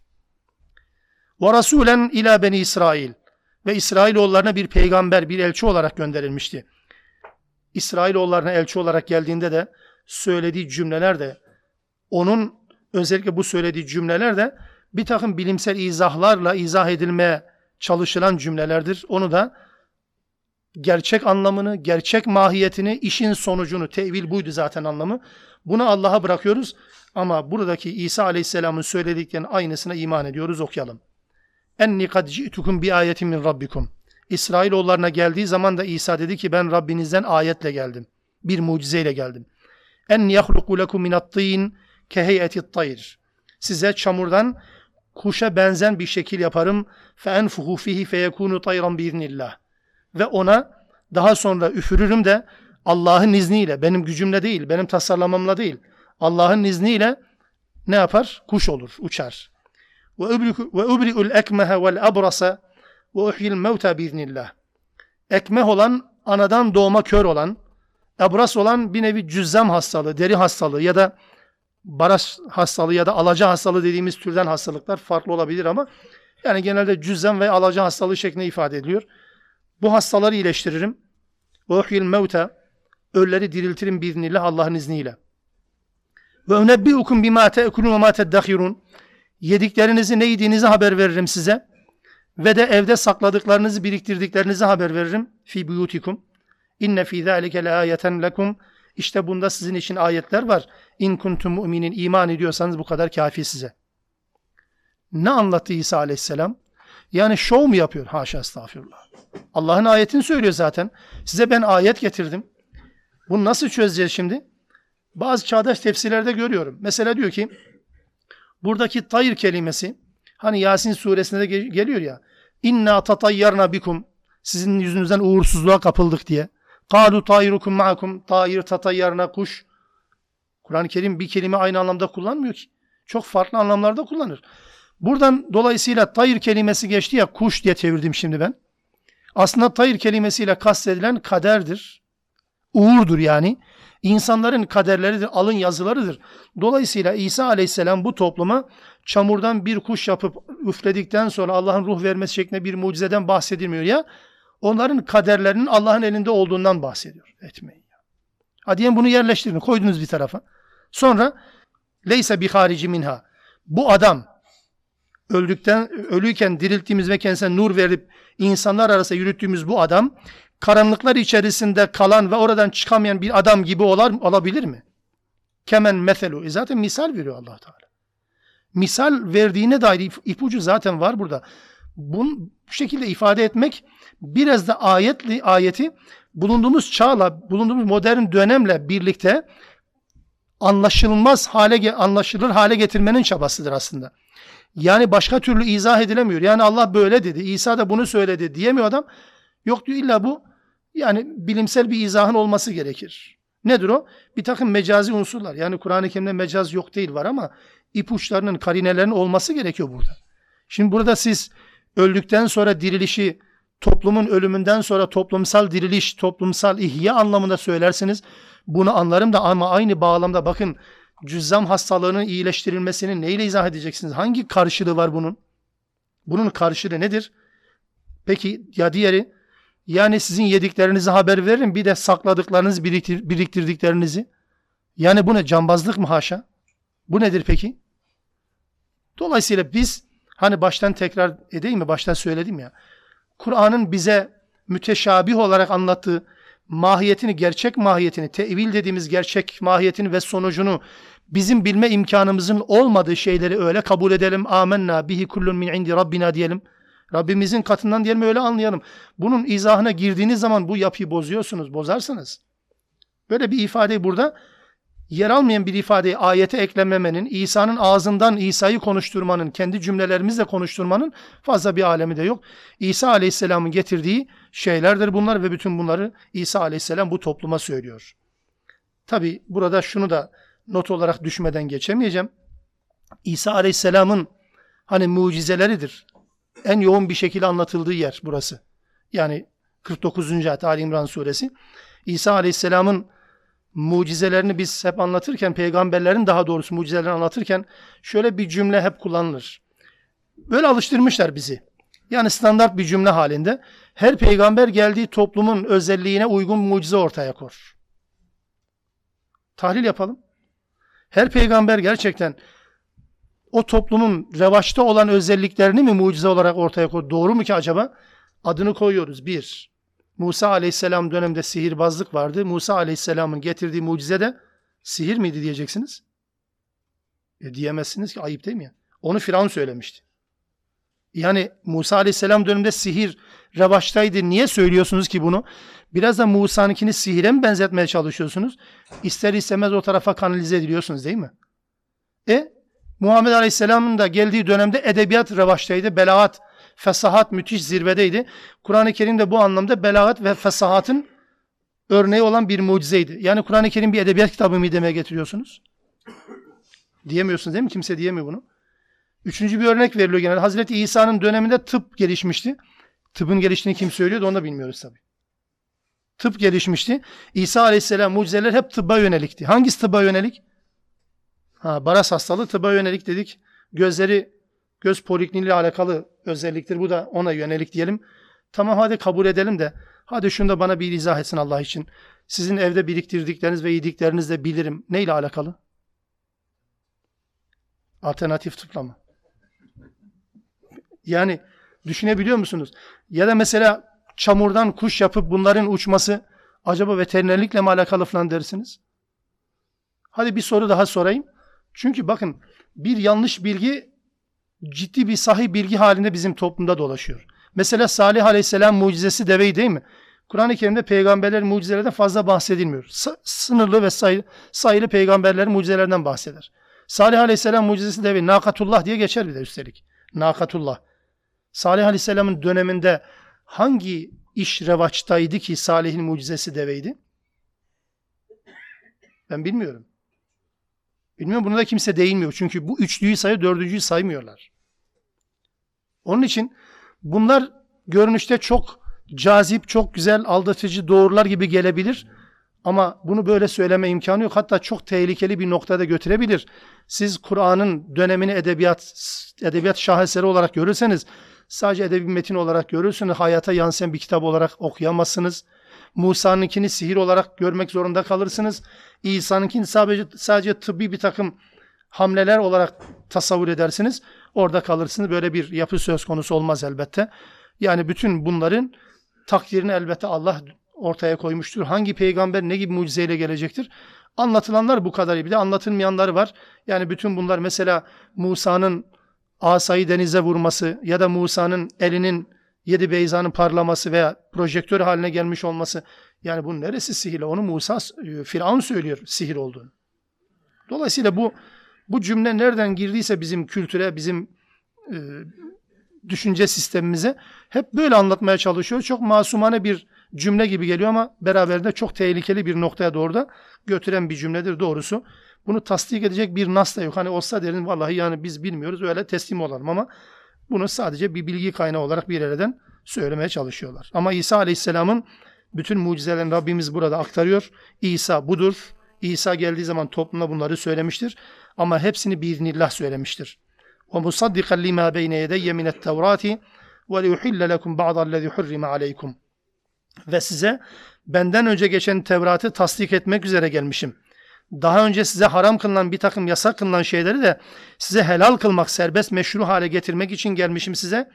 وَرَسُولًا ila beni İsrail. Ve İsrailoğullarına bir peygamber, bir elçi olarak gönderilmişti. İsrailoğullarına elçi olarak geldiğinde de söylediği cümleler de, onun özellikle bu söylediği cümleler de bir takım bilimsel izahlarla izah edilmeye çalışılan cümlelerdir. Onu da gerçek anlamını, gerçek mahiyetini, işin sonucunu, tevil buydu zaten anlamı. Bunu Allah'a bırakıyoruz ama buradaki İsa Aleyhisselam'ın söylediklerinin aynısına iman ediyoruz, okuyalım. Enni kad ci'tukum bi ayetin min rabbikum. İsrailoğullarına geldiği zaman da İsa dedi ki ben Rabbinizden ayetle geldim. Bir mucizeyle geldim. En yahluku lekum minat-tin keheyeti't tayr. Size çamurdan kuşa benzen bir şekil yaparım. Fe enfuhu fihi feyekunu tayran biiznillah. Ve ona daha sonra üfürürüm de Allah'ın izniyle, benim gücümle değil, benim tasarlamamla değil, Allah'ın izniyle ne yapar? Kuş olur, uçar. Ve ubri'ul ekmehe vel abrasa ve uhyil mevta biiznillah. Ekmeh olan, anadan doğma kör olan, ebras olan bir nevi cüzzam hastalığı, deri hastalığı ya da baras hastalığı ya da alaca hastalığı dediğimiz türden hastalıklar farklı olabilir ama yani genelde cüzzam ve alaca hastalığı şeklinde ifade ediliyor. Bu hastaları iyileştiririm. Ve uhyil mevta, ölüleri diriltirim biiznillah, Allah'ın izniyle. Ve unebbiukum bima te'kulun ve ma teddahirun. Yediklerinizi, ne yediğinizi haber veririm size. Ve de evde sakladıklarınızı, biriktirdiklerinizi haber veririm. Fi buyutikum. İnne fi zâlike leâyeten lekum. İşte bunda sizin için ayetler var. İn kuntum mu'minin, iman ediyorsanız bu kadar kafi size. Ne anlattı İsa Aleyhisselam? Yani şov mu yapıyor? Haşa, estağfurullah. Allah'ın ayetini söylüyor zaten. Size ben ayet getirdim. Bunu nasıl çözeceğiz şimdi? Bazı çağdaş tefsirlerde görüyorum. Mesela diyor ki buradaki tayr kelimesi hani Yasin suresinde de geliyor ya. İnna tatayyarna bikum. Sizin yüzünüzden uğursuzluğa kapıldık diye. Kalu tayrukum ma'akum. Tayir, tatayyarna, kuş. Kur'an-ı Kerim bir kelime aynı anlamda kullanmıyor ki. Çok farklı anlamlarda kullanır. Buradan dolayısıyla tayr kelimesi geçti ya, kuş diye çevirdim şimdi ben. Aslında tayr kelimesiyle kastedilen kaderdir. Uğurdur yani. İnsanların kaderleridir, alın yazılarıdır. Dolayısıyla İsa Aleyhisselam bu topluma çamurdan bir kuş yapıp üfledikten sonra Allah'ın ruh vermesi şeklinde bir mucizeden bahsedilmiyor ya. Onların kaderlerinin Allah'ın elinde olduğundan bahsediyor. Etmeyin. Hadi diyelim bunu yerleştirin, koydunuz bir tarafa. Sonra leyse bi harici minha. Bu adam öldükten ölüyken dirilttiğimiz ve kendisine nur verip insanlar arasında yürüttüğümüz bu adam karanlıklar içerisinde kalan ve oradan çıkamayan bir adam gibi olar, olabilir mi? Kemen meselu. E zaten misal veriyor Allah Teala. Misal verdiğine dair ipucu zaten var burada. Bunu bu şekilde ifade etmek biraz da ayetli ayeti bulunduğumuz çağla, bulunduğumuz modern dönemle birlikte anlaşılmaz hale anlaşılır hale getirmenin çabasıdır aslında. Yani başka türlü izah edilemiyor. Yani Allah böyle dedi, İsa da bunu söyledi diyemiyor adam. Yok diyor, illa bu Yani bilimsel bir izahın olması gerekir. Nedir o? Bir takım mecazi unsurlar. Yani Kur'an-ı Kerim'de mecaz yok değil var ama ipuçlarının, karinelerinin olması gerekiyor burada. Şimdi burada siz öldükten sonra dirilişi, toplumun ölümünden sonra toplumsal diriliş, toplumsal ihya anlamında söylersiniz. Bunu anlarım da ama aynı bağlamda bakın cüzzam hastalığının iyileştirilmesini neyle izah edeceksiniz? Hangi karşılığı var bunun? Bunun karşılığı nedir? Peki ya diğeri? Yani sizin yediklerinizi haber veririm bir de sakladıklarınızı, biriktir, biriktirdiklerinizi. Yani bu ne? Cambazlık mı haşa? Bu nedir peki? Dolayısıyla biz hani baştan tekrar edeyim mi? Baştan söyledim ya. Kur'an'ın bize müteşabih olarak anlattığı mahiyetini, gerçek mahiyetini, tevil dediğimiz gerçek mahiyetini ve sonucunu bizim bilme imkanımızın olmadığı şeyleri öyle kabul edelim. Amenna bihi kullun min indi rabbina diyelim. Rabbimizin katından diyelim öyle anlayalım. Bunun izahına girdiğiniz zaman bu yapıyı bozuyorsunuz, bozarsınız. Böyle bir ifadeyi burada yer almayan bir ifadeyi ayete eklememenin, İsa'nın ağzından İsa'yı konuşturmanın, kendi cümlelerimizle konuşturmanın fazla bir alemi de yok. İsa Aleyhisselam'ın getirdiği şeylerdir bunlar ve bütün bunları İsa Aleyhisselam bu topluma söylüyor. Tabi burada şunu da not olarak düşmeden geçemeyeceğim. İsa Aleyhisselam'ın hani mucizeleridir. En yoğun bir şekilde anlatıldığı yer burası. Yani kırk dokuzuncu ayet Ali İmran suresi. İsa Aleyhisselam'ın mucizelerini biz hep anlatırken, peygamberlerin daha doğrusu mucizelerini anlatırken şöyle bir cümle hep kullanılır. Böyle alıştırmışlar bizi. Yani standart bir cümle halinde. Her peygamber geldiği toplumun özelliğine uygun mucize ortaya koyar. Tahlil yapalım. Her peygamber gerçekten o toplumun revaçta olan özelliklerini mi mucize olarak ortaya koyuyor? Doğru mu ki acaba? Adını koyuyoruz. Bir, Musa Aleyhisselam döneminde sihirbazlık vardı. Musa Aleyhisselam'ın getirdiği mucize de sihir miydi diyeceksiniz? E diyemezsiniz ki, ayıp değil mi ya? Onu Firavun söylemişti. Yani Musa Aleyhisselam döneminde sihir revaçtaydı. Niye söylüyorsunuz ki bunu? Biraz da Musa'nınkini sihire mi benzetmeye çalışıyorsunuz? İster istemez o tarafa kanalize ediliyorsunuz değil mi? E Muhammed Aleyhisselam'ın da geldiği dönemde edebiyat revaçtaydı. Belagat, fesahat müthiş zirvedeydi. Kur'an-ı Kerim de bu anlamda belagat ve fesahatın örneği olan bir mucizeydi. Yani Kur'an-ı Kerim bir edebiyat kitabı mı demeye getiriyorsunuz? Diyemiyorsunuz değil mi? Kimse diyemiyor bunu. Üçüncü bir örnek veriliyor genelde. Hazreti İsa'nın döneminde tıp gelişmişti. Tıbbın geliştiğini kim söylüyordu onu da bilmiyoruz tabii. Tıp gelişmişti. İsa Aleyhisselam mucizeler hep tıbba yönelikti. Hangisi tıbba yönelik? Ha, Baras hastalığı tıbba yönelik dedik. Gözleri, göz polikliniği ile alakalı özelliktir. Bu da ona yönelik diyelim. Tamam hadi kabul edelim de hadi şunu da bana bir izah etsin Allah için. Sizin evde biriktirdikleriniz ve yedikleriniz de bilirim. Neyle alakalı? Alternatif tıpla mı? Yani düşünebiliyor musunuz? Ya da mesela çamurdan kuş yapıp bunların uçması acaba veterinerlikle mi alakalı falan dersiniz? Hadi bir soru daha sorayım. Çünkü bakın bir yanlış bilgi ciddi bir sahih bilgi halinde bizim toplumda dolaşıyor. Mesela Salih Aleyhisselam mucizesi deveyi değil mi? Kur'an-ı Kerim'de peygamberlerin mucizelerden fazla bahsedilmiyor. S- sınırlı ve sayı, sayılı peygamberlerin mucizelerinden bahseder. Salih Aleyhisselam mucizesi deveyi Nakatullah diye geçer bir de üstelik. Nakatullah. Salih Aleyhisselam'ın döneminde hangi iş revaçtaydı ki Salih'in mucizesi deveydi? Ben bilmiyorum. Bilmiyorum, bunu da kimse değinmiyor. Çünkü bu üçlüyü sayı, dördüncüyü saymıyorlar. Onun için bunlar görünüşte çok cazip, çok güzel, aldatıcı doğrular gibi gelebilir. Ama bunu böyle söyleme imkanı yok. Hatta çok tehlikeli bir noktada götürebilir. Siz Kur'an'ın dönemini edebiyat, edebiyat şaheseri olarak görürseniz, sadece edebi metin olarak görürsünüz. Hayata yansıyan bir kitap olarak okuyamazsınız. Musa'nınkini sihir olarak görmek zorunda kalırsınız. İsa'nınkini sadece, sadece tıbbi bir takım hamleler olarak tasavvur edersiniz. Orada kalırsınız. Böyle bir yapı söz konusu olmaz elbette. Yani bütün bunların takdirini elbette Allah ortaya koymuştur. Hangi peygamber ne gibi mucizeyle gelecektir? Anlatılanlar bu kadar. Bir de anlatılmayanları var. Yani bütün bunlar mesela Musa'nın asayı denize vurması ya da Musa'nın elinin yedi beyzanın parlaması veya projektör haline gelmiş olması. Yani bunun neresi sihir? Onu Musa, Firavun söylüyor sihir olduğunu. Dolayısıyla bu bu cümle nereden girdiyse bizim kültüre, bizim e, düşünce sistemimize hep böyle anlatmaya çalışıyor. Çok masumane bir cümle gibi geliyor ama beraberinde çok tehlikeli bir noktaya doğru da götüren bir cümledir doğrusu. Bunu tasdik edecek bir nas da yok. Hani olsa derin vallahi yani biz bilmiyoruz öyle teslim olalım ama bunu sadece bir bilgi kaynağı olarak bir yerden söylemeye çalışıyorlar. Ama İsa Aleyhisselam'ın bütün mucizelerini Rabbimiz burada aktarıyor. İsa budur. İsa geldiği zaman toplumda bunları söylemiştir. Ama hepsini biiznillah söylemiştir. وَمُصَدِّقًا لِمَا بَيْنَ يَدَيَّ مِنَ التَّوْرَاتِ وَلِيُحِلَّ لَكُمْ بَعْضَ الَّذِي حُرِّمَ عَلَيْكُمْ. Ve size benden önce geçen Tevrat'ı tasdik etmek üzere gelmişim. Daha önce size haram kılınan bir takım yasak kılınan şeyleri de size helal kılmak, serbest meşru hale getirmek için gelmişim size.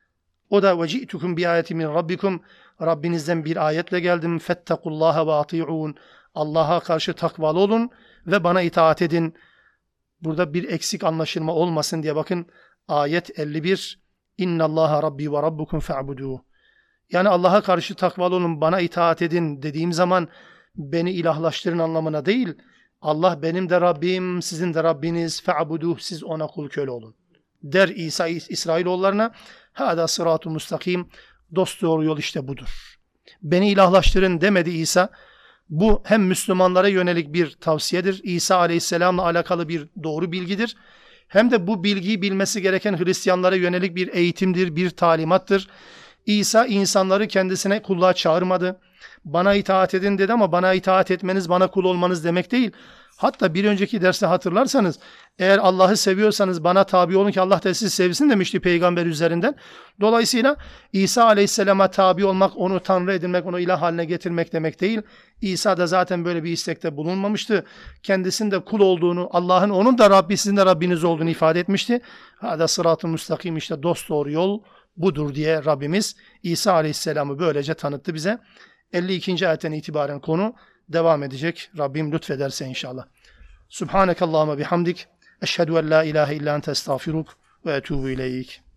O da وَجِئْتُكُمْ بِآيَةٍ مِنْ رَبِّكُمْ. Rabbinizden bir ayetle geldim. فَاتَّقُوا اللّٰهَ وَاطِيعُونَ. Allah'a karşı takvalı olun ve bana itaat edin. Burada bir eksik anlaşılma olmasın diye bakın ayet elli bir. İnna Allaha Rabbi ve Rabbukum fa'budu. Yani Allah'a karşı takvalı olun, bana itaat edin dediğim zaman beni ilahlaştırın anlamına değil. Allah benim de Rabbim, sizin de Rabbiniz. Fa'budu, siz ona kul köle olun. Der İsa İsrailoğullarına. Hâdâ sırat-ı müstakim. Dosdoğru yol işte budur. Beni ilahlaştırın demedi İsa. Bu hem Müslümanlara yönelik bir tavsiyedir. İsa Aleyhisselam'la alakalı bir doğru bilgidir. Hem de bu bilgiyi bilmesi gereken Hristiyanlara yönelik bir eğitimdir, bir talimattır. İsa insanları kendisine kulluğa çağırmadı. Bana itaat edin dedi ama bana itaat etmeniz, bana kul olmanız demek değil. Hatta bir önceki derste hatırlarsanız eğer Allah'ı seviyorsanız bana tabi olun ki Allah da sizi sevsin demişti peygamber üzerinden. Dolayısıyla İsa Aleyhisselam'a tabi olmak, onu Tanrı edinmek, onu ilah haline getirmek demek değil. İsa da zaten böyle bir istekte bulunmamıştı. Kendisinin de kul olduğunu, Allah'ın onun da Rabbi, sizin de Rabbiniz olduğunu ifade etmişti. Hâdâ sırat-ı müstakim, işte dosdoğru yol budur diye Rabbimiz İsa Aleyhisselam'ı böylece tanıttı bize. elli ikinci ayetten itibaren konu devam edecek. Rabbim lütfederse inşallah. Subhanekallahumma bihamdik. Eşhedü en la ilahe illa ente estağfiruk ve etûbü ileyk.